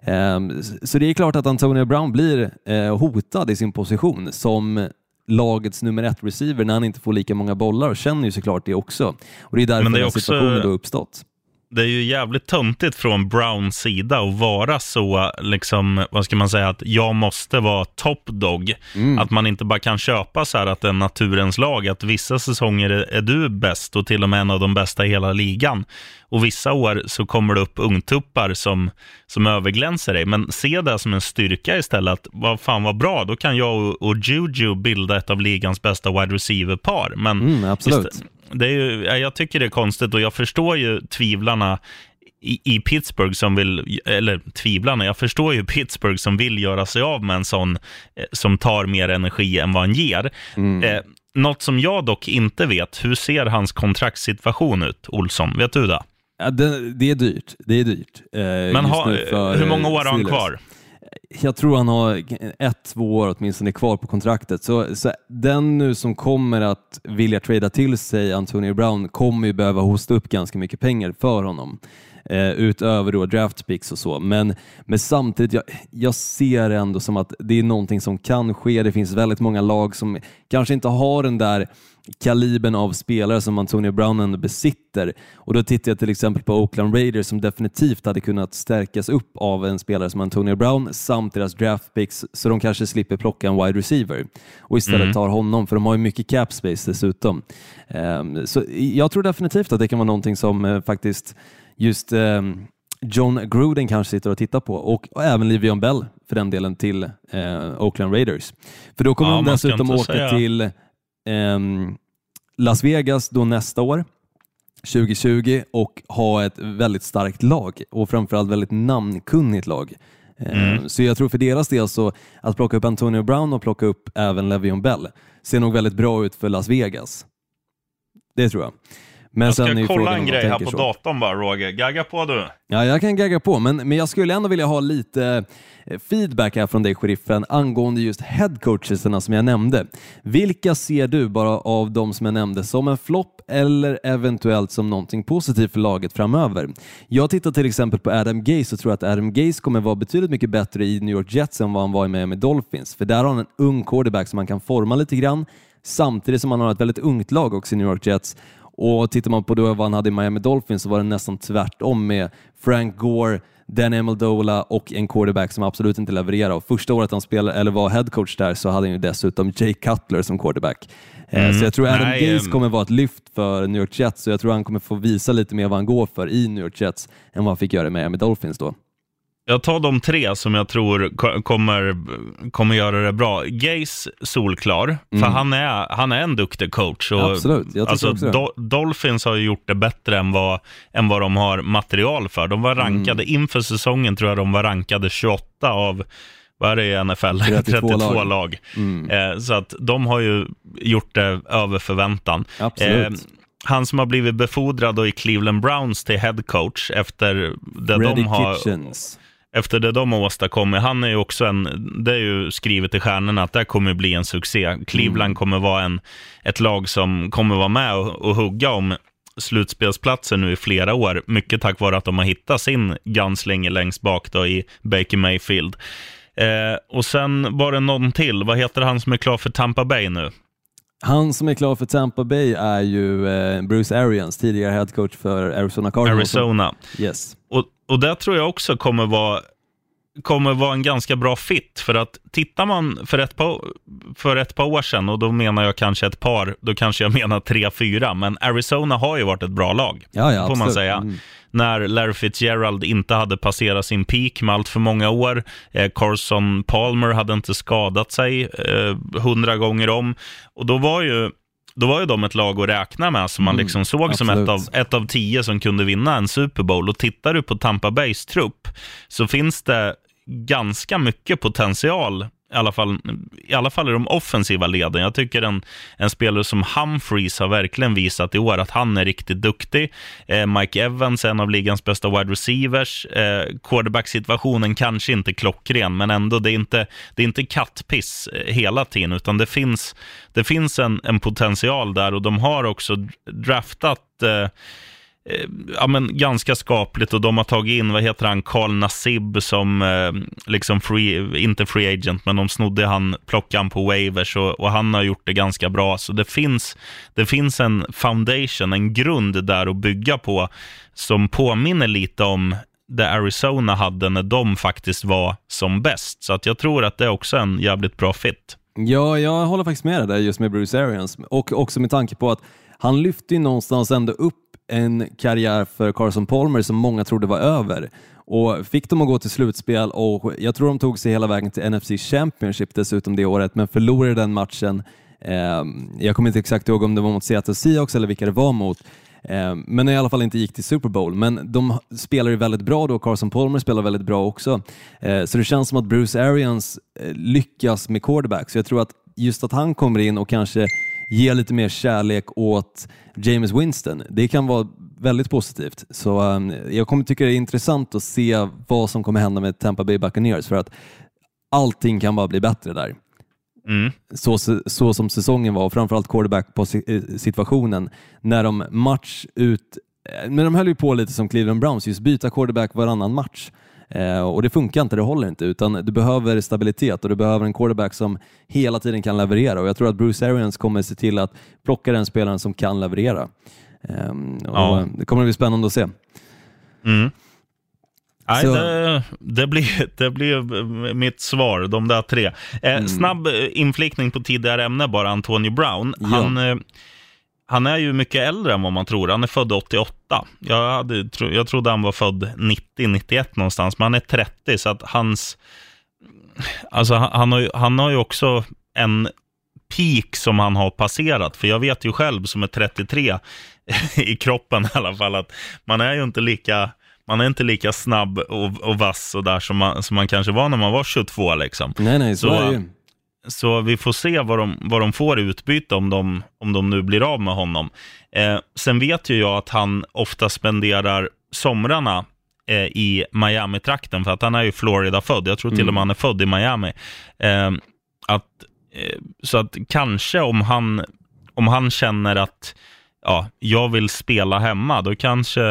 Så det är klart att Antonio Brown blir hotad i sin position som lagets nummer 1 receiver när han inte får lika många bollar, och känner ju såklart det också. Och det är därför den situationen då uppstått. Det är ju jävligt töntigt från Browns sida att vara så, liksom, vad ska man säga, att jag måste vara top dog. Att man inte bara kan köpa så här att det är naturens lag, att vissa säsonger är du bäst och till och med en av de bästa i hela ligan. Och vissa år så kommer det upp ungtuppar som överglänser dig. Men se det som en styrka istället, att vad bra, då kan jag och Juju bilda ett av ligans bästa wide receiver-par. Men absolut. Det är ju, jag tycker det är konstigt, och jag förstår ju tvivlarna i Pittsburgh som vill, eller tvivlarna, jag förstår ju Pittsburgh som vill göra sig av med en sån som tar mer energi än vad han ger. Något som jag dock inte vet, hur ser hans kontraktssituation ut, Olsson? Vet du det? Ja, det är dyrt. Men hur många år har han kvar? Jag tror han har 1-2 år åtminstone kvar på kontraktet. Så den nu som kommer att vilja trada till sig Antonio Brown kommer ju behöva hosta upp ganska mycket pengar för honom. Utöver då draft picks och så. Men samtidigt, jag ser ändå som att det är någonting som kan ske. Det finns väldigt många lag som kanske inte har den där kalibern av spelare som Antonio Brown ändå besitter. Och då tittar jag till exempel på Oakland Raiders, som definitivt hade kunnat stärkas upp av en spelare som Antonio Brown samt deras draft picks, så de kanske slipper plocka en wide receiver och istället tar honom, för de har ju mycket cap space dessutom. Så jag tror definitivt att det kan vara någonting som faktiskt just John Gruden kanske sitter och tittar på, och även Le'Veon Bell för den delen till Oakland Raiders. För då kommer de dessutom åka till Las Vegas då nästa år 2020 och ha ett väldigt starkt lag och framförallt väldigt namnkunnigt lag. Så jag tror för deras del så att plocka upp Antonio Brown och plocka upp även Le'Veon Bell ser nog väldigt bra ut för Las Vegas. Det tror jag. Men jag ska sen kolla en grej här på datorn bara, Roger. Gagga på du. Ja, jag kan gagga på, men jag skulle ändå vilja ha lite feedback här från dig, sheriffen, angående just headcoacherna som jag nämnde. Vilka ser du bara av de som jag nämnde som en flopp eller eventuellt som någonting positivt för laget framöver? Jag tittar till exempel på Adam Gase och tror att Adam Gase kommer vara betydligt mycket bättre i New York Jets än vad han var med Dolphins. För där har han en ung quarterback som man kan forma lite grann, samtidigt som man har ett väldigt ungt lag också i New York Jets. Och tittar man på då vad han hade i Miami Dolphins så var det nästan tvärtom med Frank Gore, Dan Amendola och en quarterback som absolut inte levererade. Och första året han spelade eller var headcoach där så hade han ju dessutom Jay Cutler som quarterback. Så jag tror Adam Gase kommer vara ett lyft för New York Jets, och jag tror han kommer få visa lite mer vad han går för i New York Jets än vad han fick göra med Miami Dolphins då. Jag tar de 3 som jag tror kommer göra det bra. Gase solklar, för han är en duktig coach. Och absolut, jag tycker också. Dolphins har ju gjort det bättre än vad de har material för. De var rankade inför säsongen, tror jag de var rankade 28 av, vad är det i NFL? 32 lag. Så att de har ju gjort det över förväntan. Absolut. Han som har blivit befordrad då i Cleveland Browns till head coach efter det de har åstadkommit. Han är ju också det är ju skrivet i stjärnorna att det kommer bli en succé. Cleveland kommer vara ett lag som kommer vara med och hugga om slutspelsplatser nu i flera år. Mycket tack vare att de har hittat sin gunslinger längst bak då i Baker Mayfield. Och sen var det någon till. Vad heter han som är klar för Tampa Bay nu? Han som är klar för Tampa Bay är ju Bruce Arians, tidigare headcoach för Arizona Cardinals. Yes. Och det tror jag också kommer vara en ganska bra fit, för att tittar man för ett par år sedan, och då menar jag kanske då kanske jag menar 3-4, men Arizona har ju varit ett bra lag, får man säga. När Larry Fitzgerald inte hade passerat sin peak med allt för många år. Carson Palmer hade inte skadat sig 100 gånger om. Och då var ju de ett lag att räkna med som man liksom såg absolut. Som ett av 10 som kunde vinna en Super Bowl. Och tittar du på Tampa Bays trupp så finns det ganska mycket potential, i alla fall i de offensiva leden. Jag tycker en spelare som Humphreys har verkligen visat i år att han är riktigt duktig. Mike Evans är en av ligans bästa wide receivers. Quarterback-situationen kanske inte klockren, men ändå det är inte kattpiss hela tiden, utan det finns en potential där, och de har också draftat ganska skapligt, och de har tagit in, vad heter han, Carl Nassib som liksom inte free agent, men de snodde han, plockade han på waivers, och han har gjort det ganska bra. Så det finns en foundation, en grund där att bygga på som påminner lite om det Arizona hade när de faktiskt var som bäst. Så att jag tror att det är också en jävligt bra fit. Ja, jag håller faktiskt med där just med Bruce Arians, och också med tanke på att han lyfte ju någonstans ändå upp en karriär för Carson Palmer som många trodde var över, och fick dem att gå till slutspel, och jag tror de tog sig hela vägen till NFC Championship dessutom det året, men förlorade den matchen. Jag kommer inte exakt ihåg om det var mot Seattle Seahawks eller vilka det var mot, men i alla fall inte gick till Super Bowl. Men de spelar ju väldigt bra då, Carson Palmer spelar väldigt bra också, så det känns som att Bruce Arians lyckas med quarterback, så jag tror att just att han kommer in och kanske ger lite mer kärlek åt Jameis Winston, det kan vara väldigt positivt. Så jag kommer tycka det är intressant att se vad som kommer hända med Tampa Bay Buccaneers, för att allting kan bara bli bättre där. Så som säsongen var, och framförallt quarterback på situationen när de men de höll ju på lite som Cleveland Browns, just byta quarterback varannan match. Och det funkar inte, det håller inte, utan du behöver stabilitet, och du behöver en quarterback som hela tiden kan leverera, och jag tror att Bruce Arians kommer se till att plocka den spelaren som kan leverera. Och det kommer att bli spännande att se. Nej, det blir mitt svar, de där 3. Snabb inflikning på tidigare ämne bara, Antonio Brown. Han är ju mycket äldre än vad man tror. Han är född 88. Jag trodde han var född 90-91 någonstans. Men han är 30, så att han har ju också en peak som han har passerat. För jag vet ju själv som är 33 i kroppen i alla fall, att man är inte lika snabb och vass och där som man kanske var när man var 22 liksom. Nej, så är det ju. Så vi får se vad de får i utbyte om de nu blir av med honom. Sen vet ju jag att han ofta spenderar somrarna i Miami-trakten, för att han är ju Florida-född. Jag tror till och med han är född i Miami. Så att kanske om han känner att jag vill spela hemma, då kanske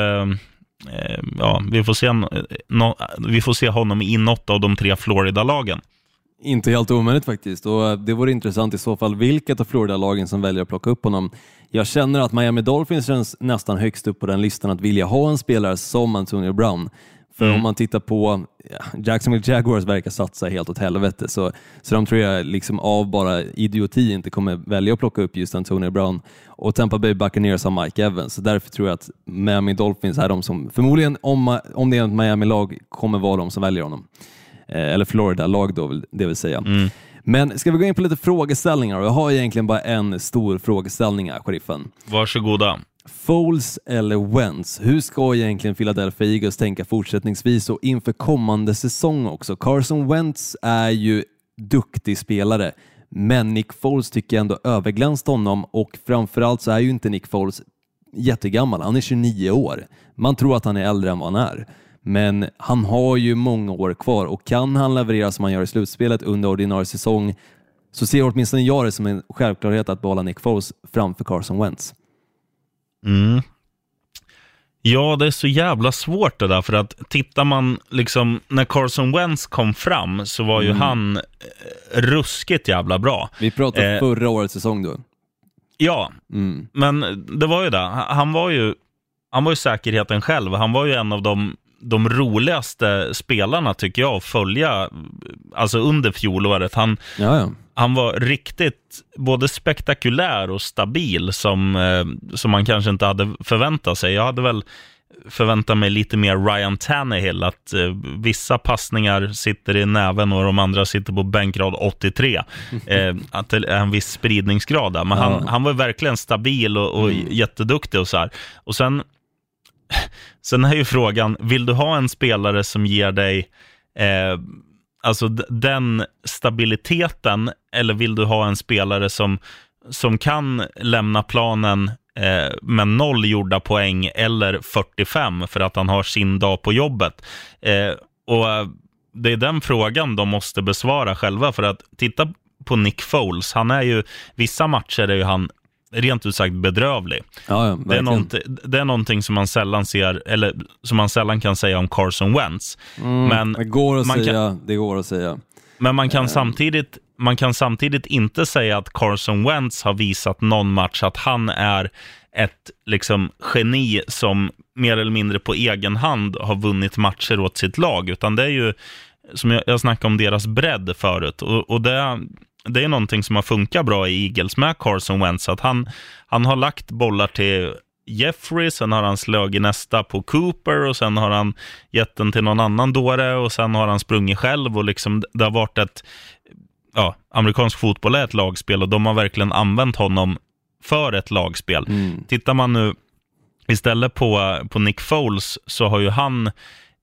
vi får se honom i något av de 3 Florida-lagen. Inte helt omöjligt faktiskt, och det vore intressant i så fall vilket av Florida-lagen som väljer att plocka upp honom. Jag känner att Miami Dolphins känns nästan högst upp på den listan att vilja ha en spelare som Antonio Brown. För om man tittar på Jacksonville Jaguars verkar satsa helt åt helvete, så de tror jag liksom av bara idioti inte kommer välja att plocka upp just Antonio Brown, och Tampa Bay Buccaneers har Mike Evans, så därför tror jag att Miami Dolphins är de som förmodligen, om det är ett Miami-lag, kommer vara de som väljer honom. Eller Florida-lag då, det vill säga. Men ska vi gå in på lite frågeställningar? Jag har egentligen bara en stor frågeställning här, sheriffen. Varsågoda. Foles eller Wentz? Hur ska egentligen Philadelphia Eagles tänka fortsättningsvis och inför kommande säsong också? Carson Wentz är ju duktig spelare, men Nick Foles tycker jag ändå överglänst honom, och framförallt så är ju inte Nick Foles jättegammal. Han är 29 år. Man tror att han är äldre än vad han är. Men han har ju många år kvar, och kan han leverera som han gör i slutspelet under ordinarie säsong, så ser åtminstone jag det som en självklarhet att behålla Nick Foles framför Carson Wentz. Ja, det är så jävla svårt det där, för att tittar man liksom, när Carson Wentz kom fram så var ju han ruskigt jävla bra. Vi pratade förra årets säsong då. Ja, men det var ju det. Han var ju säkerheten själv. Han var ju en av de roligaste spelarna tycker jag att följa, alltså under fjolåret. Han var riktigt både spektakulär och stabil som man kanske inte hade förväntat sig. Jag hade väl förväntat mig lite mer Ryan Tannehill, att vissa passningar sitter i näven och de andra sitter på bänkrad 83. Att det är en viss spridningsgrad där. Men han var verkligen stabil och jätteduktig och så här. Och sen är ju frågan, vill du ha en spelare som ger dig alltså den stabiliteten, eller vill du ha en spelare som kan lämna planen med 0 gjorda poäng eller 45 för att han har sin dag på jobbet? Och det är den frågan de måste besvara själva, för att titta på Nick Foles, han är ju, vissa matcher är ju han rent ut sagt bedrövlig. Det är någonting som man sällan ser, eller som man sällan kan säga om Carson Wentz. Men det går att säga. Men man kan samtidigt inte säga att Carson Wentz har visat någon match att han är ett liksom geni som mer eller mindre på egen hand har vunnit matcher åt sitt lag, utan det är ju, som jag snackade om, deras bredd förut, och det är någonting som har funkat bra i Eagles med Carson Wentz, att han har lagt bollar till Jeffrey, sen har han slagit nästa på Cooper, och sen har han gett den till någon annan dåre, och sen har han sprungit själv, och liksom det har varit amerikansk fotboll är ett lagspel, och de har verkligen använt honom för ett lagspel. Tittar man nu istället på Nick Foles, så har ju han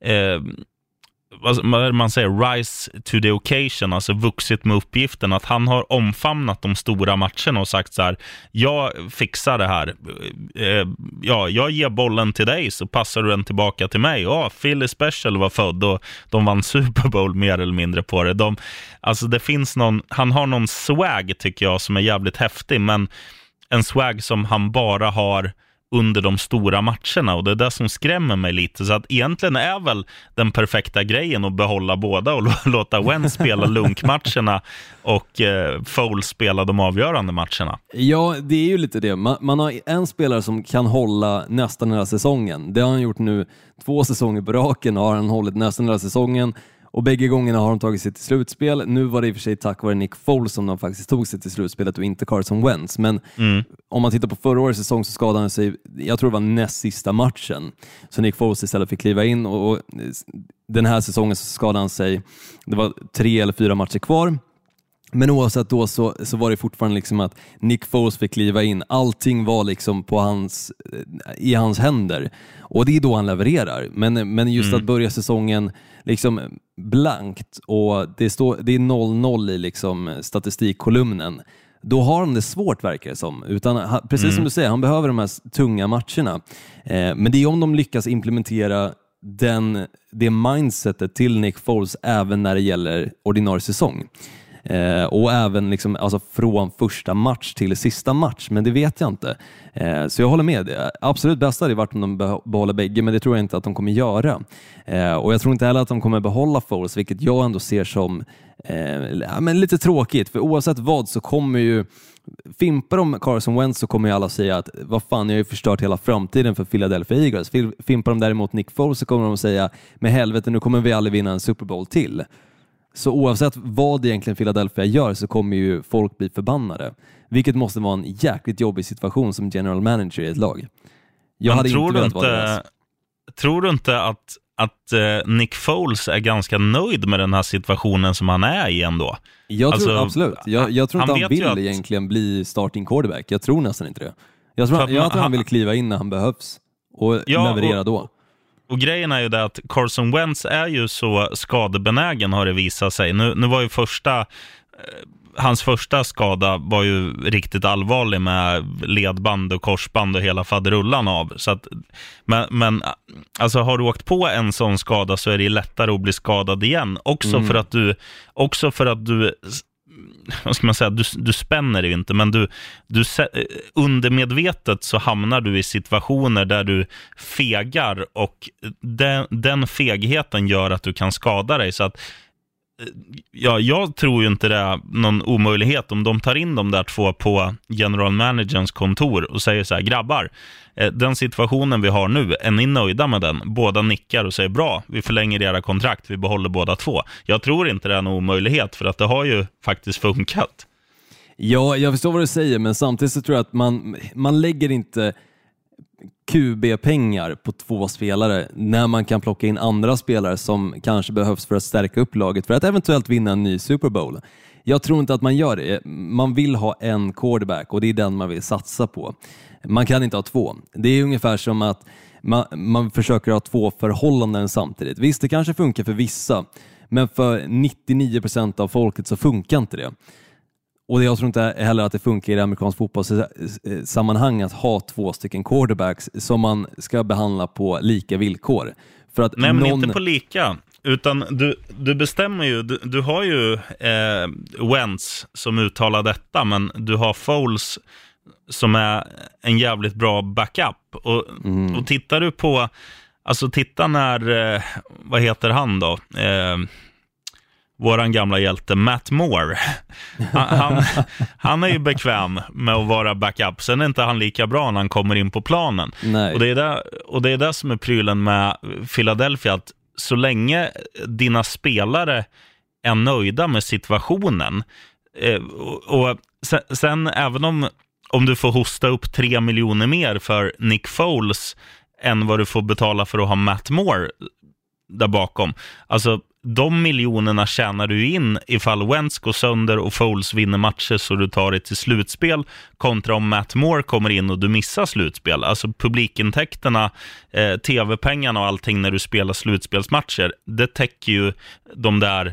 vad man säger, rise to the occasion, alltså vuxit med uppgiften, att han har omfamnat de stora matcherna och sagt så här: jag fixar det här, jag ger bollen till dig så passar du den tillbaka till mig. Philly Special var född och de vann Super Bowl mer eller mindre på det. Alltså det finns han har någon swag tycker jag som är jävligt häftig, men en swag som han bara har under de stora matcherna, och det är det som skrämmer mig lite. Så att egentligen är väl den perfekta grejen att behålla båda och låta Wentz spela lunkmatcherna och Foles spela de avgörande matcherna. Ja, det är ju lite det. Man har en spelare som kan hålla nästan hela säsongen. Det har han gjort nu 2 säsonger på raken, har han hållit nästan hela säsongen. Och bägge gångerna har de tagit sig till slutspel. Nu var det i och för sig tack vare Nick Foles som de faktiskt tog sig till slutspelet och inte Carson Wentz. Men om man tittar på förra årets säsong så skadade han sig, jag tror det var näst sista matchen. Så Nick Foles istället fick kliva in, och den här säsongen så skadade han sig. Det var 3 eller 4 matcher kvar. Men oavsett då så var det fortfarande liksom att Nick Foles fick kliva in. Allting var liksom i hans händer. Och det är då han levererar. Men just att börja säsongen liksom blankt, och det är 0-0 i liksom statistikkolumnen. Då har han det svårt, verkar det som. Utan, precis som du säger, han behöver de här tunga matcherna. Men det är om de lyckas implementera det mindsetet till Nick Foles även när det gäller ordinarie säsong. Och även liksom, alltså från första match till sista match, men det vet jag inte. Så jag håller med. Absolut bästa hade varit om de behåller bägge, men det tror jag inte att de kommer göra. Och jag tror inte heller att de kommer behålla Foles, vilket jag ändå ser som men lite tråkigt. För oavsett vad så kommer ju fimpar om Carson Wentz så kommer ju alla säga att vad fan, jag har ju förstört hela framtiden för Philadelphia Eagles. Fimpar de däremot Nick Foles så kommer de säga med helvete, nu kommer vi aldrig vinna en Super Bowl till. Så oavsett vad egentligen Philadelphia gör så kommer ju folk bli förbannade. Vilket måste vara en jäkligt jobbig situation som general manager i ett lag. Jag hade inte velat vara det. Tror du inte att Nick Foles är ganska nöjd med den här situationen som han är i ändå? Jag tror absolut. Jag tror inte han vill egentligen bli starting quarterback. Jag tror nästan inte det. Jag tror att han vill kliva in när han behövs och leverera då. Och grejen är ju det att Carson Wentz är ju så skadebenägen, har det visat sig. Nu var ju hans första skada var ju riktigt allvarlig med ledband och korsband och hela faderullan av. Så att, men alltså har du åkt på en sån skada så är det lättare att bli skadad igen. Också för att du vad ska man säga, du spänner ju inte, men du undermedvetet så hamnar du i situationer där du fegar, och den fegheten gör att du kan skada dig. Så att jag tror ju inte det är någon omöjlighet om de tar in de där två på general managerns kontor och säger så här: grabbar, den situationen vi har nu, är ni nöjda med den? Båda nickar och säger bra, vi förlänger era kontrakt, vi behåller båda två. Jag tror inte det är någon omöjlighet, för att det har ju faktiskt funkat. Ja, jag förstår vad du säger, men samtidigt så tror jag att man lägger inte QB-pengar på två spelare när man kan plocka in andra spelare som kanske behövs för att stärka upp laget för att eventuellt vinna en ny Super Bowl. Jag tror inte att man gör det. Man vill ha en quarterback och det är den man vill satsa på. Man kan inte ha två. Det är ungefär som att man försöker ha två förhållanden samtidigt. Visst, det kanske funkar för vissa, men för 99% av folket så funkar inte det. Och jag tror inte heller att det funkar i det amerikanska fotbollssammanhang att ha två stycken quarterbacks som man ska behandla på lika villkor. För att nej, men inte på lika. Utan du bestämmer ju, du har ju Wentz som uttalar detta, men du har Foles som är en jävligt bra backup. Och tittar du på, alltså titta när, vad heter han då? Våran gamla hjälte Matt Moore. Han är ju bekväm med att vara backup. Sen är inte han lika bra när han kommer in på planen. Nej. Och det är det som är prylen med Philadelphia, att så länge dina spelare är nöjda med situationen och sen även om du får hosta upp 3 miljoner mer för Nick Foles än vad du får betala för att ha Matt Moore där bakom. Alltså de miljonerna tjänar du in ifall Wentz går sönder och Foles vinner matcher så du tar det till slutspel, kontra om Matt Moore kommer in och du missar slutspel. Alltså publikintäkterna, tv-pengarna och allting när du spelar slutspelsmatcher, det täcker ju de där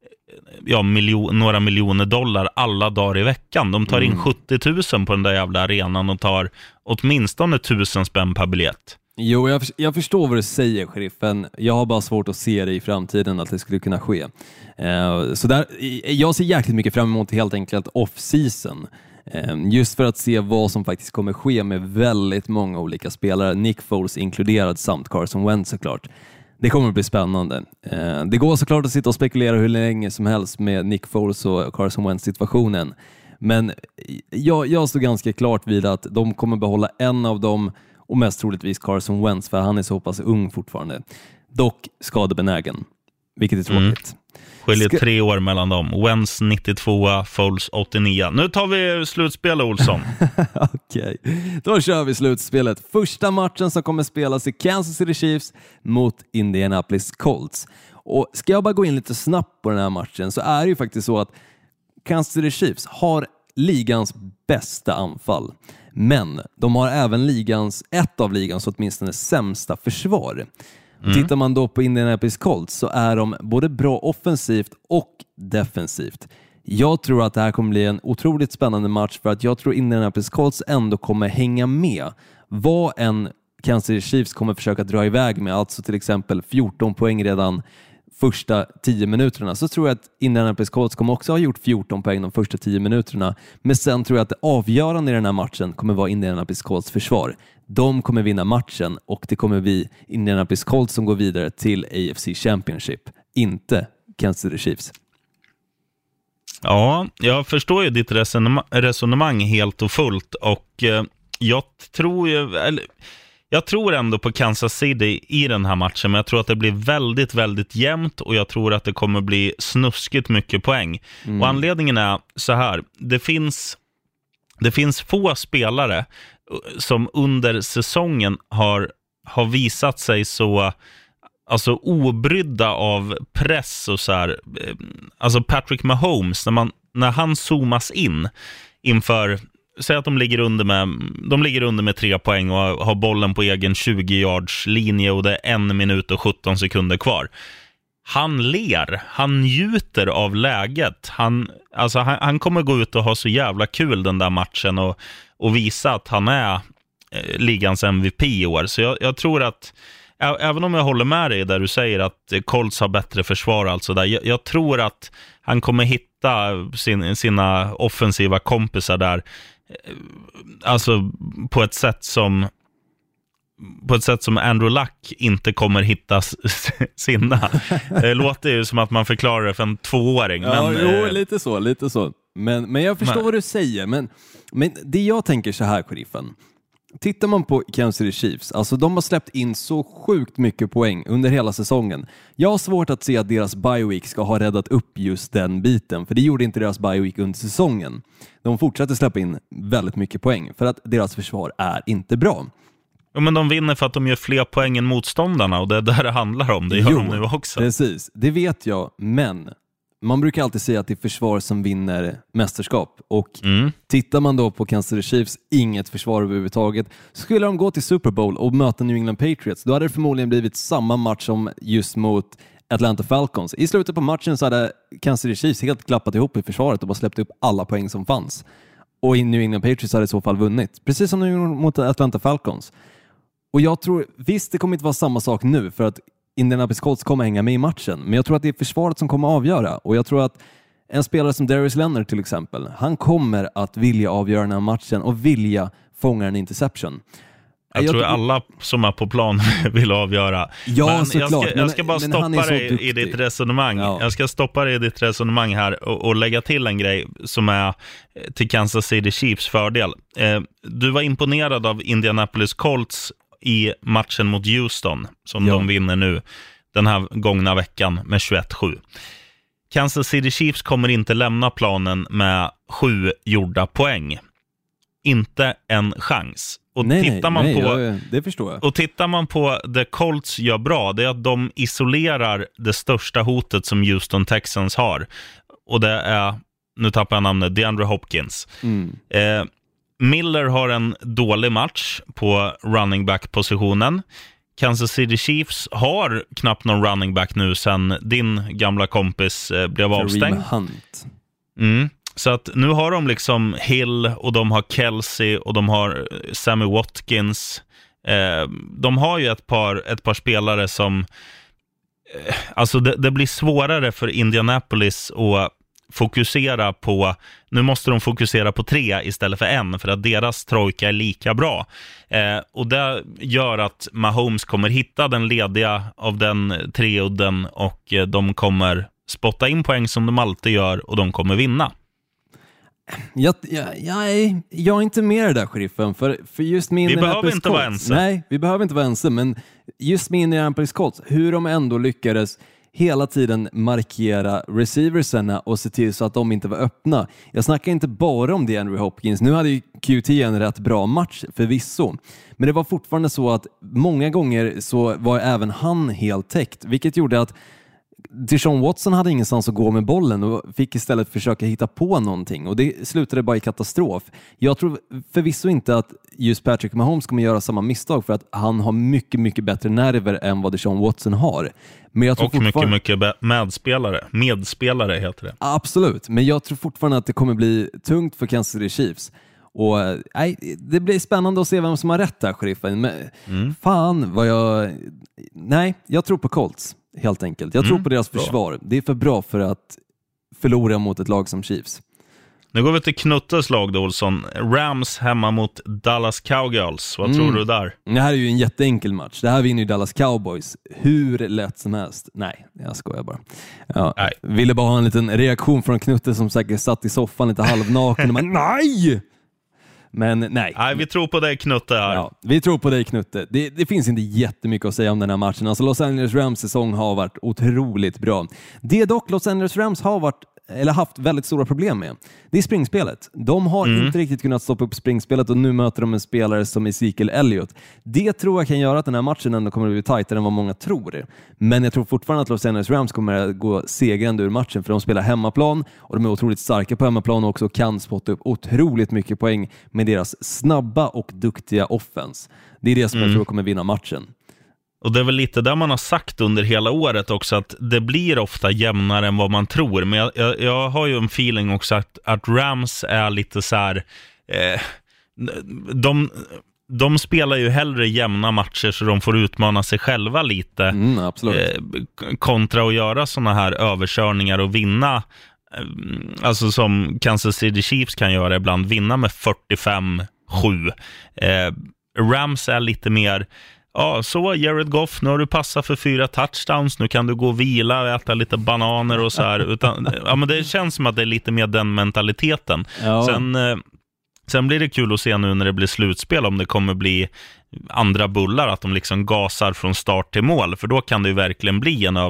några miljoner dollar alla dagar i veckan. De tar in 70 000 på den där jävla arenan och tar åtminstone 1000 spänn per biljett. Jo, jag förstår vad du säger, sheriffen. Jag har bara svårt att se det i framtiden att det skulle kunna ske. Så jag ser jäkligt mycket fram emot helt enkelt off-season. Just för att se vad som faktiskt kommer ske med väldigt många olika spelare. Nick Foles inkluderad samt Carson Wentz såklart. Det kommer att bli spännande. Det går såklart att sitta och spekulera hur länge som helst med Nick Foles och Carson Wentz situationen. Men jag står ganska klart vid att de kommer behålla en av dem, och mest troligtvis Carson Wentz, för han är så pass ung fortfarande. Dock skadebenägen, vilket är tråkigt. Skiljer 3 år mellan dem. Wentz 92, Foles 89. Nu tar vi slutspel, Olsson. Okej, då kör vi slutspelet. Första matchen som kommer spelas i Kansas City Chiefs mot Indianapolis Colts. Och ska jag bara gå in lite snabbt på den här matchen, så är det ju faktiskt så att Kansas City Chiefs har ligans bästa anfall. Men de har även ett av ligans åtminstone sämsta försvar. Tittar man då på Indianapolis Colts så är de både bra offensivt och defensivt. Jag tror att det här kommer bli en otroligt spännande match, för att jag tror Indianapolis Colts ändå kommer hänga med vad en Kansas City Chiefs kommer försöka dra iväg med. Alltså till exempel 14 poäng redan första 10 minuterna, så tror jag att Indianapolis Colts kommer också ha gjort 14 poäng de första 10 minuterna. Men sen tror jag att det avgörande i den här matchen kommer vara Indianapolis Colts försvar. De kommer vinna matchen och det kommer bli Indianapolis Colts som går vidare till AFC Championship, inte Kansas City Chiefs. Ja, jag förstår ju ditt resonemang helt och fullt, och jag tror ändå på Kansas City i den här matchen, men jag tror att det blir väldigt, väldigt jämnt, och jag tror att det kommer bli snuskigt mycket poäng. Och anledningen är så här: det finns få spelare som under säsongen har visat sig så obrydda av press och så här. Alltså Patrick Mahomes, när han zoomas in inför, säg att de ligger under med 3 poäng och har bollen på egen 20-yards linje och det är 1 minut och 17 sekunder kvar. Han ler, han njuter av läget. Han kommer gå ut och ha så jävla kul den där matchen och visa att han är ligans MVP i år. Så jag tror att, även om jag håller med dig där du säger att Colts har bättre försvar, alltså där, jag tror att han kommer hitta sina offensiva kompisar där, alltså på ett sätt som Andrew Luck inte kommer hitta sina. Det låter ju som att man förklarar det för en 2-åring. Ja, men, lite så. Men jag förstår vad du säger. Men det jag tänker så här, Sheriffen. Tittar man på Kansas City Chiefs, alltså de har släppt in så sjukt mycket poäng under hela säsongen. Jag har svårt att se att deras bye week ska ha räddat upp just den biten, för det gjorde inte deras bye week under säsongen. De fortsatte släppa in väldigt mycket poäng för att deras försvar är inte bra. Ja, men de vinner för att de gör fler poäng än motståndarna, och det är där det handlar om. Det gör de nu också. Precis, det vet jag, men man brukar alltid säga att det är försvar som vinner mästerskap. Och tittar man då på Kansas City Chiefs, inget försvar överhuvudtaget. Skulle de gå till Super Bowl och möta New England Patriots, då hade det förmodligen blivit samma match som just mot Atlanta Falcons. I slutet på matchen så hade Kansas City Chiefs helt klappat ihop i försvaret och bara släppt upp alla poäng som fanns. Och i New England Patriots hade i så fall vunnit. Precis som nu mot Atlanta Falcons. Och jag tror, visst det kommer inte vara samma sak nu, för att Indianapolis Colts kommer hänga med i matchen. Men jag tror att det är försvaret som kommer avgöra. Och jag tror att en spelare som Darius Leonard till exempel, han kommer att vilja avgöra den här matchen och vilja fånga en interception. Jag tror alla som är på plan vill avgöra. Ja, men såklart. Jag ska bara stoppa dig i ditt resonemang. Ja. Jag ska stoppa dig i ditt resonemang här och lägga till en grej som är till Kansas City Chiefs fördel. Du var imponerad av Indianapolis Colts i matchen mot Houston som de vinner nu den här gångna veckan med 21-7. Kansas City Chiefs kommer inte lämna planen med 7 gjorda poäng. Inte en chans. Och det förstår jag. Och tittar man på det Colts gör bra, det är att de isolerar det största hotet som Houston Texans har. Och det är, nu tappar jag namnet, DeAndre Hopkins. Miller har en dålig match på running back-positionen. Kansas City Chiefs har knappt någon running back nu sen din gamla kompis blev avstängd. Hunt. Så att nu har de liksom Hill och de har Kelsey och de har Sammy Watkins. De har ju ett par spelare som alltså det blir svårare för Indianapolis att fokusera på, nu måste de fokusera på 3 istället för 1 för att deras trojka är lika bra. Och det gör att Mahomes kommer hitta den lediga av den treudden och de kommer spotta in poäng som de alltid gör och de kommer vinna. Jag är inte med det där, Sheriffen, för just med vi behöver inte Colts, vara ense. Nej, vi behöver inte vara ense, men just med Indianapolis Colts, hur de ändå lyckades hela tiden markera receiverserna och se till så att de inte var öppna. Jag snackar inte bara om DeAndre Hopkins. Nu hade ju QT en rätt bra match förvisso. Men det var fortfarande så att många gånger så var även han helt täckt. Vilket gjorde att Deshaun Watson hade ingenstans att gå med bollen och fick istället försöka hitta på någonting. Och det slutade bara i katastrof. Jag tror förvisso inte att just Patrick Mahomes kommer göra samma misstag för att han har mycket, mycket bättre nerver än vad Deshaun Watson har. Men jag tror och mycket medspelare heter det. Absolut, men jag tror fortfarande att det kommer bli tungt för Kansas City Chiefs. Och det blir spännande att se vem som har rätt där, Sheriffen. Men fan vad jag tror på Colts. helt enkelt. Jag tror på deras försvar. Det är för bra för att förlora mot ett lag som Chiefs. Nu går vi till Knuttes lag då, Olsson. Rams hemma mot Dallas Cowgirls. Vad tror du där? Det här är ju en jätteenkel match. Det här vinner ju Dallas Cowboys hur lätt som helst. Nej, jag skojar bara. Ja, ville bara ha en liten reaktion från Knutte som säkert satt i soffan lite halvnaken. Men nej! Men nej. Nej, vi tror på dig, Knutte här. Ja, vi tror på dig, Knutte. Det finns inte jättemycket att säga om den här matchen. Alltså Los Angeles Rams säsong har varit otroligt bra. Det dock Los Angeles Rams har haft väldigt stora problem med. Det är springspelet. De har inte riktigt kunnat stoppa upp springspelet och nu möter de en spelare som Ezekiel Elliott. Det tror jag kan göra att den här matchen ändå kommer att bli tajtare än vad många tror. Men jag tror fortfarande att Los Angeles Rams kommer att gå segrande ur matchen för de spelar hemmaplan och de är otroligt starka på hemmaplan och också kan spotta upp otroligt mycket poäng med deras snabba och duktiga offense. Det är det som jag tror kommer vinna matchen. Och det är väl lite där man har sagt under hela året också att det blir ofta jämnare än vad man tror. Men jag har ju en feeling också att Rams är lite så här... De spelar ju hellre jämna matcher så de får utmana sig själva lite. Absolut. Kontra att göra såna här överkörningar och vinna. Alltså som Kansas City Chiefs kan göra ibland. Vinna med 45-7. Rams är lite mer... Ja, så Jared Goff, nu har du passat för 4 touchdowns, nu kan du gå och vila och äta lite bananer och så här. Men det känns som att det är lite mer den mentaliteten. Ja. Sen blir det kul att se nu när det blir slutspel om det kommer bli andra bullar, att de liksom gasar från start till mål, för då kan det ju verkligen bli en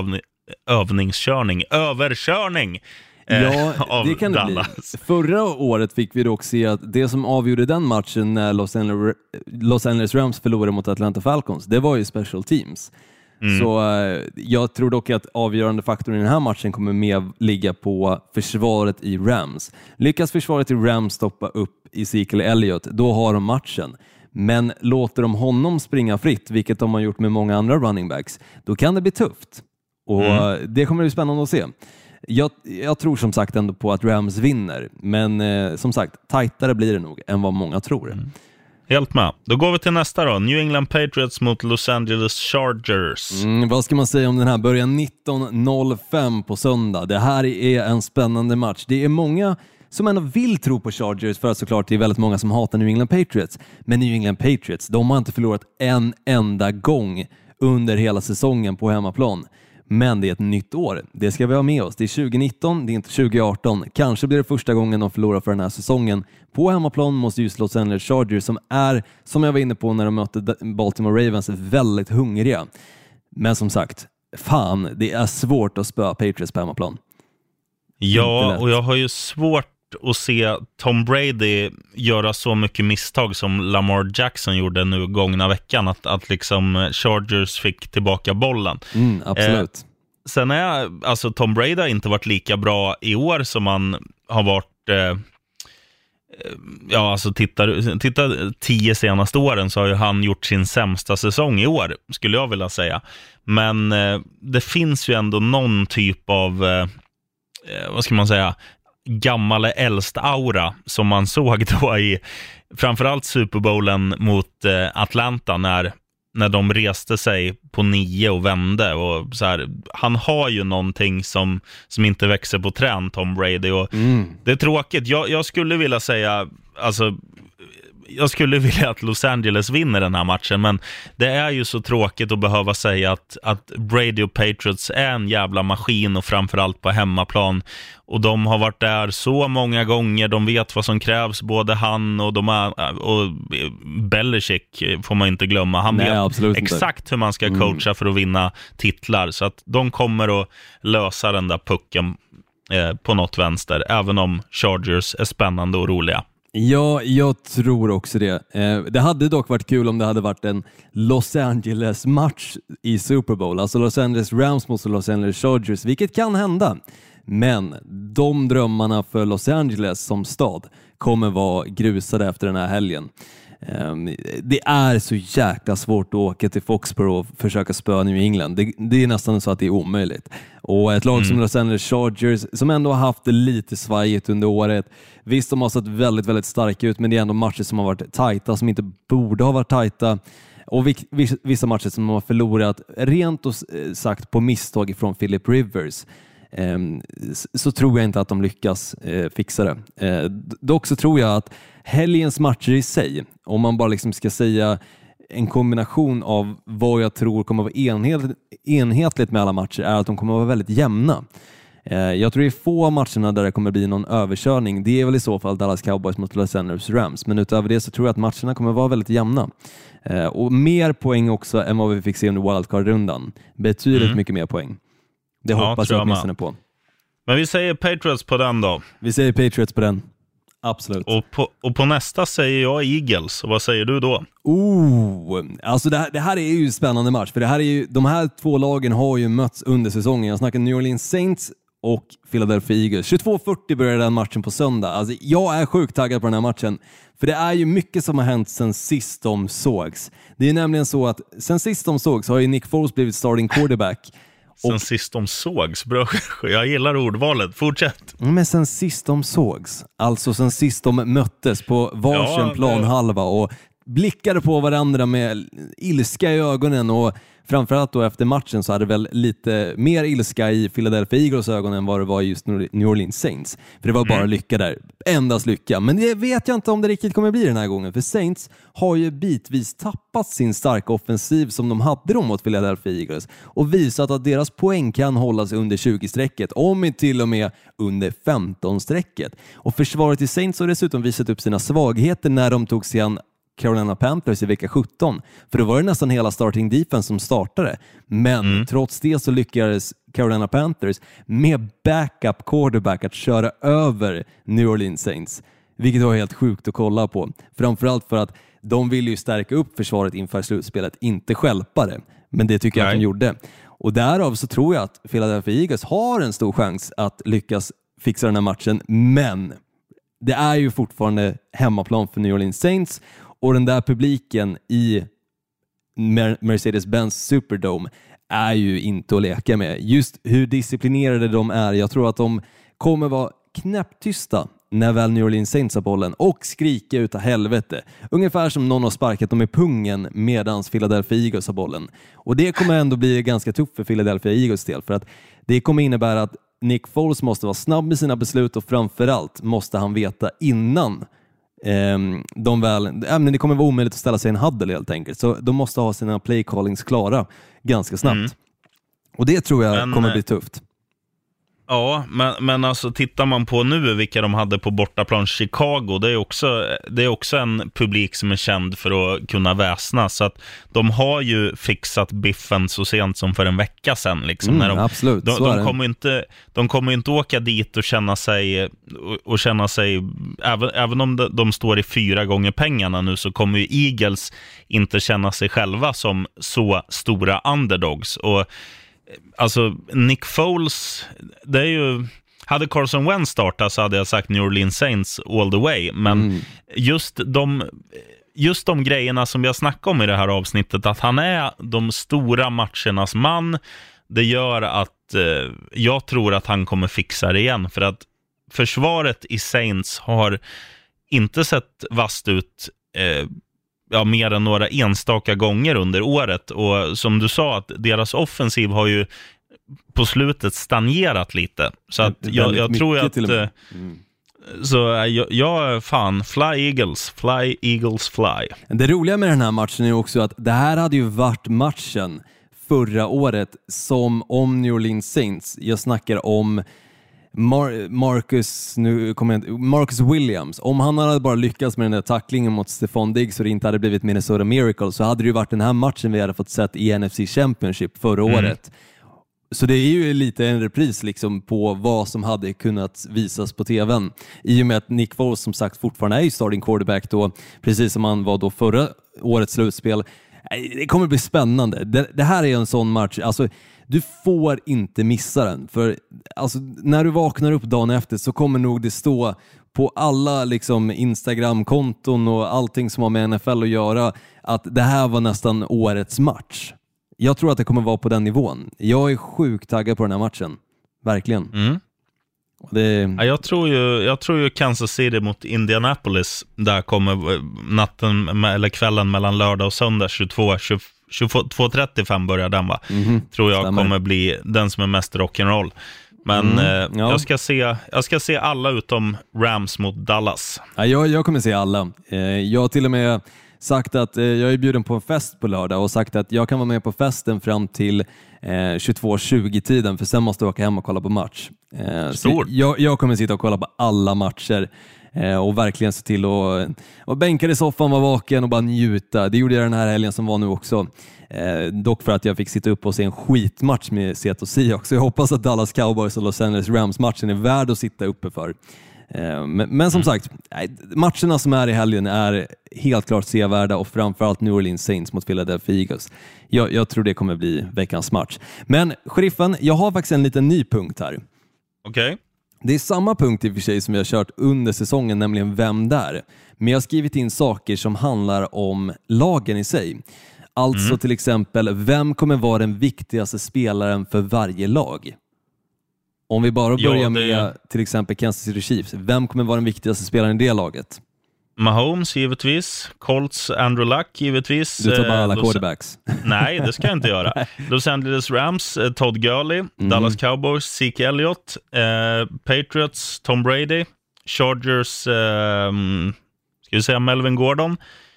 överkörning. Ja, det kan det bli. Förra året fick vi dock se att det som avgjorde den matchen när Los Angeles Rams förlorade mot Atlanta Falcons, det var ju special teams. Så jag tror dock att avgörande faktorn i den här matchen kommer med ligga på försvaret i Rams. Lyckas försvaret i Rams stoppa upp Ezekiel Elliott, då har de matchen. Men låter de honom springa fritt, vilket de har gjort med många andra running backs, då kan det bli tufft. Och det kommer bli spännande att se. Jag tror som sagt ändå på att Rams vinner, men som sagt, tajtare blir det nog än vad många tror. Helt med. Då går vi till nästa då. New England Patriots mot Los Angeles Chargers. Vad ska man säga om den här? Börjar 19:05 på söndag. Det här är en spännande match. Det är många som ändå vill tro på Chargers, för att såklart det är väldigt många som hatar New England Patriots. Men New England Patriots, de har inte förlorat en enda gång under hela säsongen på hemmaplan. Men det är ett nytt år. Det ska vi ha med oss. Det är 2019, det är inte 2018. Kanske blir det första gången de förlorar för den här säsongen. På hemmaplan måste just Los Angeles Chargers, som är, som jag var inne på när de mötte Baltimore Ravens, väldigt hungriga. Men som sagt, fan, det är svårt att spöa Patriots på hemmaplan. Ja, och jag har ju svårt att se Tom Brady göra så mycket misstag som Lamar Jackson gjorde nu gångna veckan, att liksom Chargers fick tillbaka bollen. Absolut. Sen alltså Tom Brady har inte varit lika bra i år som han har varit alltså titta 10 senaste åren, så har ju han gjort sin sämsta säsong i år, skulle jag vilja säga. Men det finns ju ändå någon typ av vad ska man säga, gammal äldst aura som man såg då i framförallt Super Bowlen mot Atlanta när de reste sig på 9 och vände och så här. Han har ju någonting som inte växer på trän, Tom Brady, och det är tråkigt. Jag skulle vilja säga, alltså jag skulle vilja att Los Angeles vinner den här matchen, men det är ju så tråkigt att behöva säga att Brady och Patriots är en jävla maskin, och framförallt på hemmaplan. Och de har varit där så många gånger, de vet vad som krävs, både han och Belichick får man inte glömma. Han vet exakt hur man ska coacha för att vinna titlar, så att de kommer att lösa den där pucken på något vänster, även om Chargers är spännande och roliga. Ja, jag tror också det. Det hade dock varit kul om det hade varit en Los Angeles-match i Super Bowl. Alltså Los Angeles Rams mot Los Angeles Chargers, vilket kan hända. Men de drömmarna för Los Angeles som stad kommer vara grusade efter den här helgen. Det är så jäkla svårt att åka till Foxborough och försöka spöa New England. Det är nästan så att det är omöjligt. Och ett lag som Los Angeles Chargers, som ändå har haft det lite svajigt under året. Visst, de har sett väldigt, väldigt starka ut, men det är ändå matcher som har varit tajta, som inte borde ha varit tajta. Och vissa matcher som de har förlorat rent och sagt på misstag från Philip Rivers, så tror jag inte att de lyckas fixa det. Dock så tror jag att helgens matcher i sig, om man bara liksom ska säga en kombination av vad jag tror kommer att vara enhetligt med alla matcher, är att de kommer att vara väldigt jämna. Jag tror det är få matcherna där det kommer bli någon överkörning. Det är väl i så fall Dallas Cowboys mot Los Angeles Rams. Men utöver det så tror jag att matcherna kommer att vara väldigt jämna. Och mer poäng också än vad vi fick se under wildcard-rundan. Betydligt mycket mer poäng. Det hoppas jag åtminstone på. Men vi säger Patriots på den då. Vi säger Patriots på den. Absolut. Och på nästa säger jag Eagles. Och vad säger du då? Alltså det här är ju en spännande match. För det här är ju, de här två lagen har ju mötts under säsongen. Jag snackar New Orleans Saints och Philadelphia Eagles. 22:40 börjar den matchen på söndag. Alltså jag är sjukt taggad på den här matchen. För det är ju mycket som har hänt sen sist de sågs. Det är nämligen så att sen sist de sågs har ju Nick Foles blivit starting quarterback. Sen sist de sågs, bra. Jag gillar ordvalet, fortsätt. Men sen sist de sågs, alltså sen sist de möttes på varsin planhalva och blickade på varandra med ilska i ögonen, och framförallt då efter matchen så hade väl lite mer ilska i Philadelphia Eagles ögon än vad det var just New Orleans Saints. För det var bara lycka där, endast lycka. Men det vet jag inte om det riktigt kommer bli den här gången, för Saints har ju bitvis tappat sin starka offensiv som de hade då mot Philadelphia Eagles och visat att deras poäng kan hållas under 20-strecket, om inte till och med under 15-strecket. Och försvaret i Saints har dessutom visat upp sina svagheter när de tog sig an Carolina Panthers i vecka 17. För då var det nästan hela starting defense som startade. Men trots det så lyckades Carolina Panthers med backup quarterback att köra över New Orleans Saints. Vilket var helt sjukt att kolla på. Framförallt för att de ville ju stärka upp försvaret inför slutspelet, inte stjälpa det. Men det tycker jag att de gjorde. Och därav så tror jag att Philadelphia Eagles har en stor chans att lyckas fixa den här matchen. Men det är ju fortfarande hemmaplan för New Orleans Saints. Och den där publiken i Mercedes-Benz Superdome är ju inte att leka med. Just hur disciplinerade de är. Jag tror att de kommer vara knäpptysta när väl New Orleans Saints har bollen och skrika ut av helvete. Ungefär som någon har sparkat dem i pungen medans Philadelphia Eagles har bollen. Och det kommer ändå bli ganska tufft för Philadelphia Eagles del, för att det kommer innebära att Nick Foles måste vara snabb med sina beslut, och framförallt måste han veta innan det kommer vara omöjligt att ställa sig i en huddle helt enkelt. Så de måste ha sina play callings klara ganska snabbt. Och det tror jag kommer bli tufft. Ja, men alltså tittar man på nu vilka de hade på bortaplan Chicago, det är också en publik som är känd för att kunna väsna, så att de har ju fixat biffen så sent som för en vecka sedan liksom, när absolut. De kommer inte åka dit och känna sig även om de står i 4 gånger pengarna nu, så kommer ju Eagles inte känna sig själva som så stora underdogs. Och alltså Nick Foles, det är ju, hade Carson Wentz startat så hade jag sagt New Orleans Saints all the way, men just de grejerna som jag snackade om i det här avsnittet, att han är de stora matchernas man, det gör att jag tror att han kommer fixa det igen, för att försvaret i Saints har inte sett vasst ut mer än några enstaka gånger under året, och som du sa, att deras offensiv har ju på slutet stagnerat lite, så att jag tror att så jag fan, fly Eagles fly. Det roliga med den här matchen är också att det här hade ju varit matchen förra året som om New Orleans Saints, jag snackar om Marcus Williams, om han hade bara lyckats med den där tacklingen mot Stephon Diggs och det inte hade blivit Minnesota Miracle, så hade det ju varit den här matchen vi hade fått sett i NFC Championship förra året. Så det är ju lite en repris liksom på vad som hade kunnat visas på tvn, i och med att Nick Foles som sagt fortfarande är ju starting quarterback då, precis som han var då förra årets slutspel. Det kommer bli spännande. Det här är en sån match, alltså du får inte missa den, för alltså, när du vaknar upp dagen efter så kommer nog det stå på alla liksom Instagram-konton och allting som har med NFL att göra att det här var nästan årets match. Jag tror att det kommer vara på den nivån. Jag är sjukt taggad på den här matchen. Verkligen. Jag tror ju Kansas City mot Indianapolis, där kommer natten eller kvällen mellan lördag och söndag 22:35 börjar den, va? Tror jag kommer bli den som är mest rock'n'roll. Men jag ska se alla utom Rams mot Dallas. Ja, jag kommer se alla. Jag har till och med sagt att jag är bjuden på en fest på lördag och sagt att jag kan vara med på festen fram till 22:20-tiden, för sen måste jag åka hem och kolla på match. Jag kommer sitta och kolla på alla matcher och verkligen se till att bänka i soffan, vara vaken och bara njuta. Det gjorde jag den här helgen som var nu också. Dock för att jag fick sitta upp och se en skitmatch med Seattle Seahawks. Jag hoppas att Dallas Cowboys och Los Angeles Rams-matchen är värd att sitta uppe för. Men som sagt, matcherna som är i helgen är helt klart sevärda, och framförallt New Orleans Saints mot Philadelphia Eagles. Jag tror det kommer bli veckans match. Men sheriffen, jag har faktiskt en liten ny punkt här. Okej. Det är samma punkt i och för sig som vi har kört under säsongen, nämligen vem där. Men jag har skrivit in saker som handlar om lagen i sig. Alltså till exempel, vem kommer vara den viktigaste spelaren för varje lag? Om vi bara börjar med till exempel Kansas City Chiefs. Vem kommer vara den viktigaste spelaren i det laget? Mahomes givetvis. Colts Andrew Luck givetvis. Du tar bara alla quarterbacks. Nej, det ska jag inte göra. Los Angeles Rams, Todd Gurley. Dallas Cowboys, Zeke Elliott. Patriots, Tom Brady. Chargers, ska vi säga Melvin Gordon.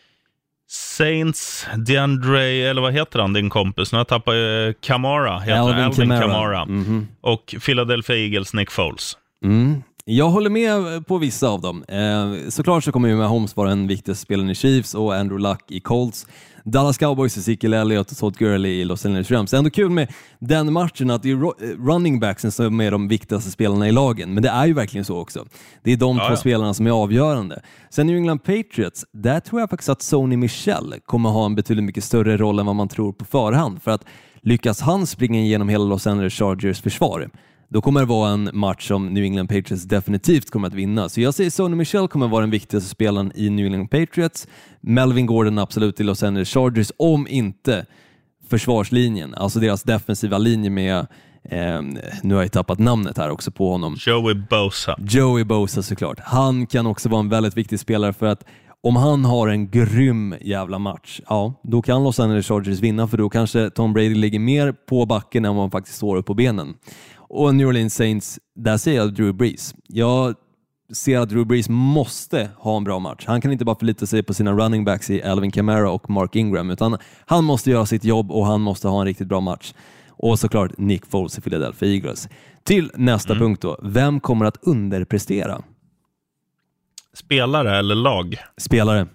Saints, DeAndre, eller vad heter han, din kompis? Nu har jag tappat Kamara. Alvin Kamara. Och Philadelphia Eagles, Nick Foles. Jag håller med på vissa av dem. Såklart så kommer ju Mahomes vara den viktigaste spelaren i Chiefs och Andrew Luck i Colts. Dallas Cowboys, Ezekiel Elliott och Todd Gurley i Los Angeles Rams. Det är ändå kul med den matchen att det är running backsen som är de viktigaste spelarna i lagen. Men det är ju verkligen så också. Det är de två spelarna som är avgörande. Sen New England Patriots, där tror jag faktiskt att Sony Michel kommer ha en betydligt mycket större roll än vad man tror på förhand. För att lyckas han springa igenom hela Los Angeles Chargers försvar, då kommer det vara en match som New England Patriots definitivt kommer att vinna. Så jag säger Sony Michel kommer vara den viktigaste spelaren i New England Patriots. Melvin Gordon absolut i Los Angeles Chargers, om inte försvarslinjen. Alltså deras defensiva linje med, nu har jag tappat namnet här också på honom. Joey Bosa såklart. Han kan också vara en väldigt viktig spelare, för att om han har en grym jävla match, ja, då kan Los Angeles Chargers vinna, för då kanske Tom Brady ligger mer på backen än vad han faktiskt står upp på benen. Och New Orleans Saints, där ser jag Drew Brees. Jag ser att Drew Brees måste ha en bra match. Han kan inte bara förlita sig på sina running backs i Alvin Kamara och Mark Ingram, utan han måste göra sitt jobb och han måste ha en riktigt bra match. Och såklart Nick Foles i Philadelphia Eagles. Till nästa punkt då. Vem kommer att underprestera? Spelare eller lag? Spelare.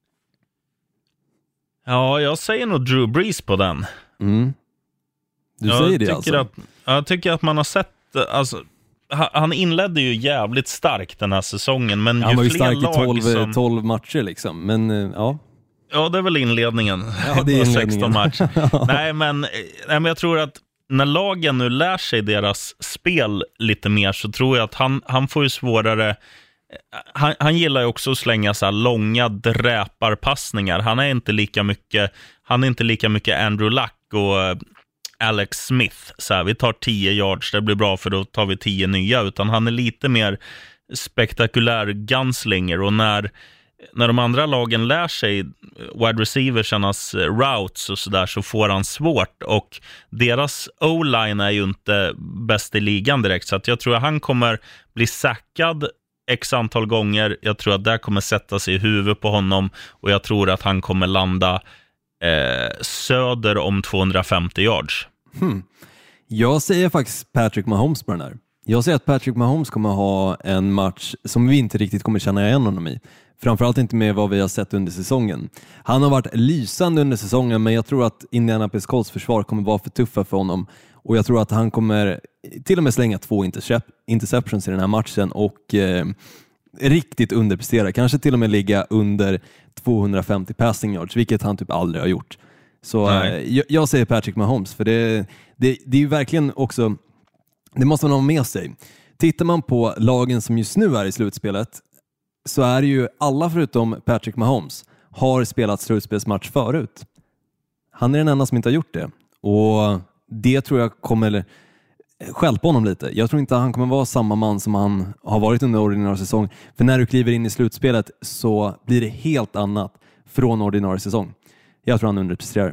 Ja, jag säger nog Drew Brees på den. Du säger det alltså? Jag tycker att man har sett, alltså, han inledde ju jävligt starkt den här säsongen, men han var ju stark i 12 matcher liksom, men ja. Ja, det är väl inledningen. Ja, det är inledningen. 16 matcher. Nej, men jag tror att när lagen nu lär sig deras spel lite mer, så tror jag att han får ju svårare. Han gillar ju också att slänga så här långa dräparpassningar. Han är inte lika mycket Andrew Luck och Alex Smith, så här, vi tar 10 yards, det blir bra för då tar vi 10 nya, utan han är lite mer spektakulär gunslinger. Och när de andra lagen lär sig wide receiversarnas routes och sådär, så får han svårt, och deras O-line är ju inte bäst i ligan direkt, så att jag tror att han kommer bli sackad x antal gånger. Jag tror att det kommer sätta sig i huvudet på honom, och jag tror att han kommer landa söder om 250 yards. Jag säger faktiskt Patrick Mahomes på den här. Jag säger att Patrick Mahomes kommer ha en match som vi inte riktigt kommer känna igen honom i. Framförallt inte med vad vi har sett under säsongen. Han har varit lysande under säsongen, men jag tror att Indianapolis Colts försvar kommer vara för tuffa för honom. Och jag tror att han kommer till och med slänga 2 interceptions i den här matchen och riktigt underprestera. Kanske till och med ligga under 250 passing yards, vilket han typ aldrig har gjort. Så jag säger Patrick Mahomes, för det är ju verkligen också, det måste man ha med sig. Tittar man på lagen som just nu är i slutspelet, så är det ju alla förutom Patrick Mahomes har spelat slutspelsmatch förut. Han är den enda som inte har gjort det. Och det tror jag kommer stjälpa honom lite. Jag tror inte att han kommer vara samma man som han har varit under ordinarie säsong. För när du kliver in i slutspelet så blir det helt annat från ordinarie säsong. Jag tror han underpresterar.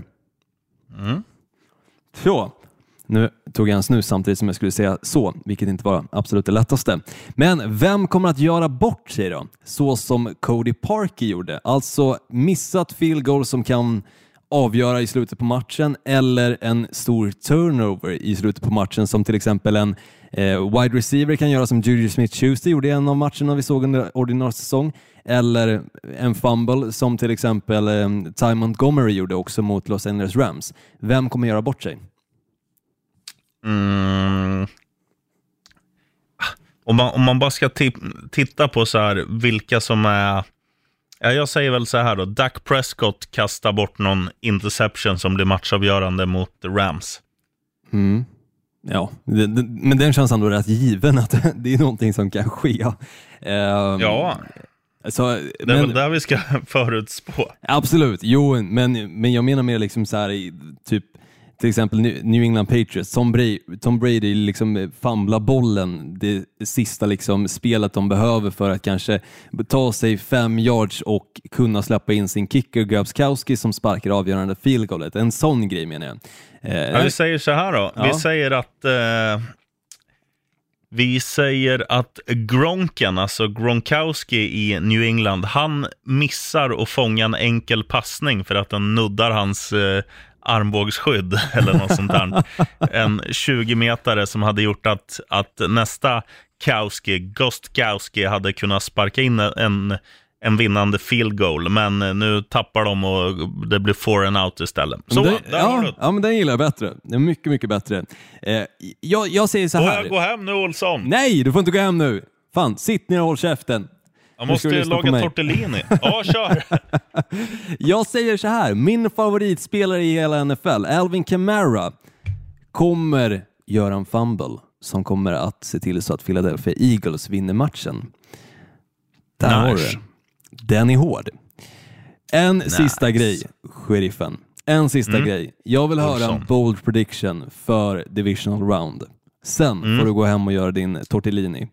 Så, nu tog jag en snus samtidigt som jag skulle säga så, vilket inte var absolut det lättaste. Men vem kommer att göra bort sig då? Så som Cody Parkey gjorde. Alltså missat field goal som kan avgöra i slutet på matchen, eller en stor turnover i slutet på matchen som till exempel en wide receiver kan göra, som Juju Smith-Schuster gjorde i en av matcherna vi såg under ordinarie säsong, eller en fumble som till exempel Ty Montgomery gjorde också mot Los Angeles Rams. Vem kommer göra bort sig? Om man bara ska titta på så här vilka som är... Ja, jag säger väl så här då. Dak Prescott kastar bort någon interception som blir matchavgörande mot Rams. Ja, men den känns ändå rätt given att det är någonting som kan ske. Ja, så, det är väl där vi ska förutspå. Absolut, jo, men jag menar mer liksom så här typ till exempel New England Patriots. Tom Brady liksom famlar bollen det sista liksom spelet de behöver för att kanske ta sig 5 yards och kunna släppa in sin kicker Gostkowski som sparkar avgörande field goalet. En sån grej menar jag. Vi säger så här då. Ja. Vi säger att Gronken, alltså Gronkowski i New England, han missar att fånga en enkel passning för att den nuddar hans armbågsskydd eller något sånt där. En 20-metare som hade gjort att nästa Gostkowski hade kunnat sparka in en vinnande field goal, men nu tappar de och det blir 4 and out istället. Så, ja, men den gillar jag bättre. Det är mycket, mycket bättre. Jag säger så här. Får jag gå hem nu, Olsson? Nej, du får inte gå hem nu. Fan, sitt ner och håll käften. Jag måste laga tortellini. Ja, kör. Jag säger så här. Min favoritspelare i hela NFL, Alvin Kamara, kommer göra en fumble som kommer att se till så att Philadelphia Eagles vinner matchen. Där har du. Den är hård. Sista grej, sheriffen. En sista grej. Jag vill höra en bold prediction för divisional round. Sen får du gå hem och göra din tortellini.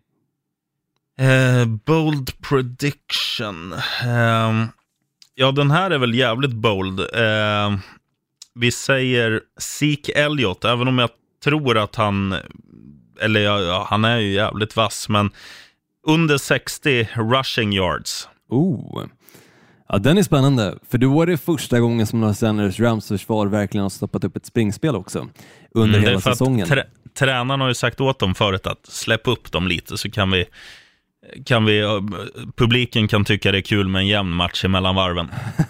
Bold prediction. Ja, den här är väl jävligt bold. Vi säger Zeke Elliott, även om jag tror att han är ju jävligt vass, men under 60 rushing yards. Ja, den är spännande. För då är det första gången som Los Angeles Rams försvar verkligen har stoppat upp ett springspel också under hela säsongen. Tränaren har ju sagt åt dem förut att släppa upp dem lite, så kan vi publiken kan tycka det är kul med en jämn match mellan varven.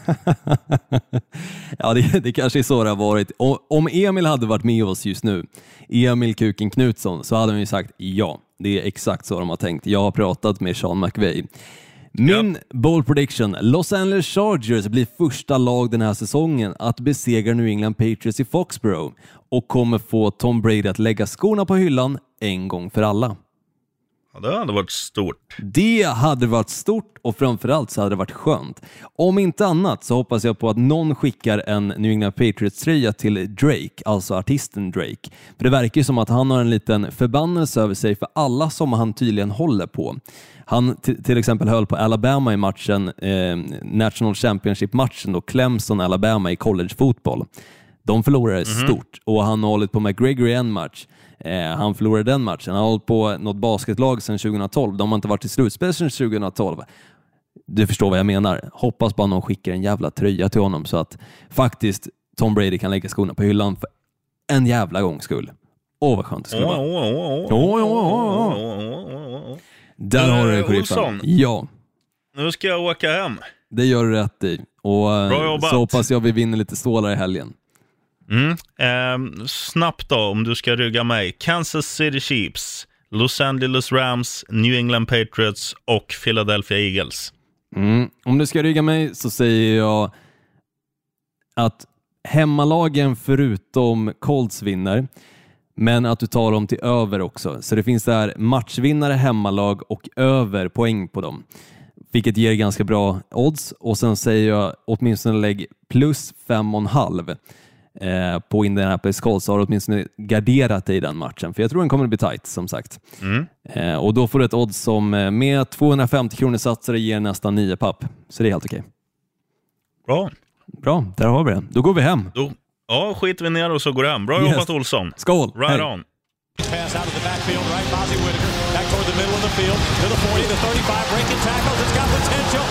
Ja, det kanske är så det har varit. Om Emil hade varit med oss just nu, Emil Kuken Knutsson, så hade han ju sagt ja, det är exakt så de har tänkt. Jag har pratat med Sean McVay. Min bold prediction: Los Angeles Chargers blir första lag den här säsongen att besegra New England Patriots i Foxborough och kommer få Tom Brady att lägga skorna på hyllan en gång för alla. Ja, det hade varit stort. Det hade varit stort, och framförallt så hade det varit skönt. Om inte annat så hoppas jag på att någon skickar en New England Patriots-tröja till Drake, alltså artisten Drake. För det verkar ju som att han har en liten förbannelse över sig för alla som han tydligen håller på. Han till exempel höll på Alabama i matchen, National Championship-matchen då, Clemson-Alabama i college-fotboll. De förlorade stort, och han har hållit på med Gregory en match. Han förlorade den matchen. Han har hållit på något basketlag sedan 2012. De har inte varit i slutspel sedan 2012. Du förstår vad jag menar. Hoppas bara någon skickar en jävla tröja till honom så att faktiskt Tom Brady kan lägga skorna på hyllan för en jävla gångs skull. Vad skönt det skulle vara. Där har du Olsson. Ja. Nu ska jag åka hem. Det gör du rätt i. Och så hoppas jag vi vinner lite stålar i helgen. Snabbt då, om du ska rygga mig: Kansas City Chiefs, Los Angeles Rams, New England Patriots och Philadelphia Eagles. Om du ska rygga mig så säger jag att hemmalagen förutom Colts vinner, men att du tar dem till över också. Så det finns där matchvinnare, hemmalag och över poäng på dem, vilket ger ganska bra odds. Och sen säger jag åtminstone lägg plus 5,5. på Indianapolis Colts, så har du åtminstone garderat dig i den matchen. För jag tror den kommer att bli tight, som sagt. Och då får du ett odds som med 250 kronor satsare ger nästan 9 papp. Så det är helt okej. Bra, där har vi det. Då går vi hem. Ja, skiter vi ner och så går det hem. Bra jobbat, Olsson. Skål! Right on. Pass out of the backfield, right? Mozzie Whitaker back toward the middle of the field to the 40, the 35, breaking tackles. It's got potential.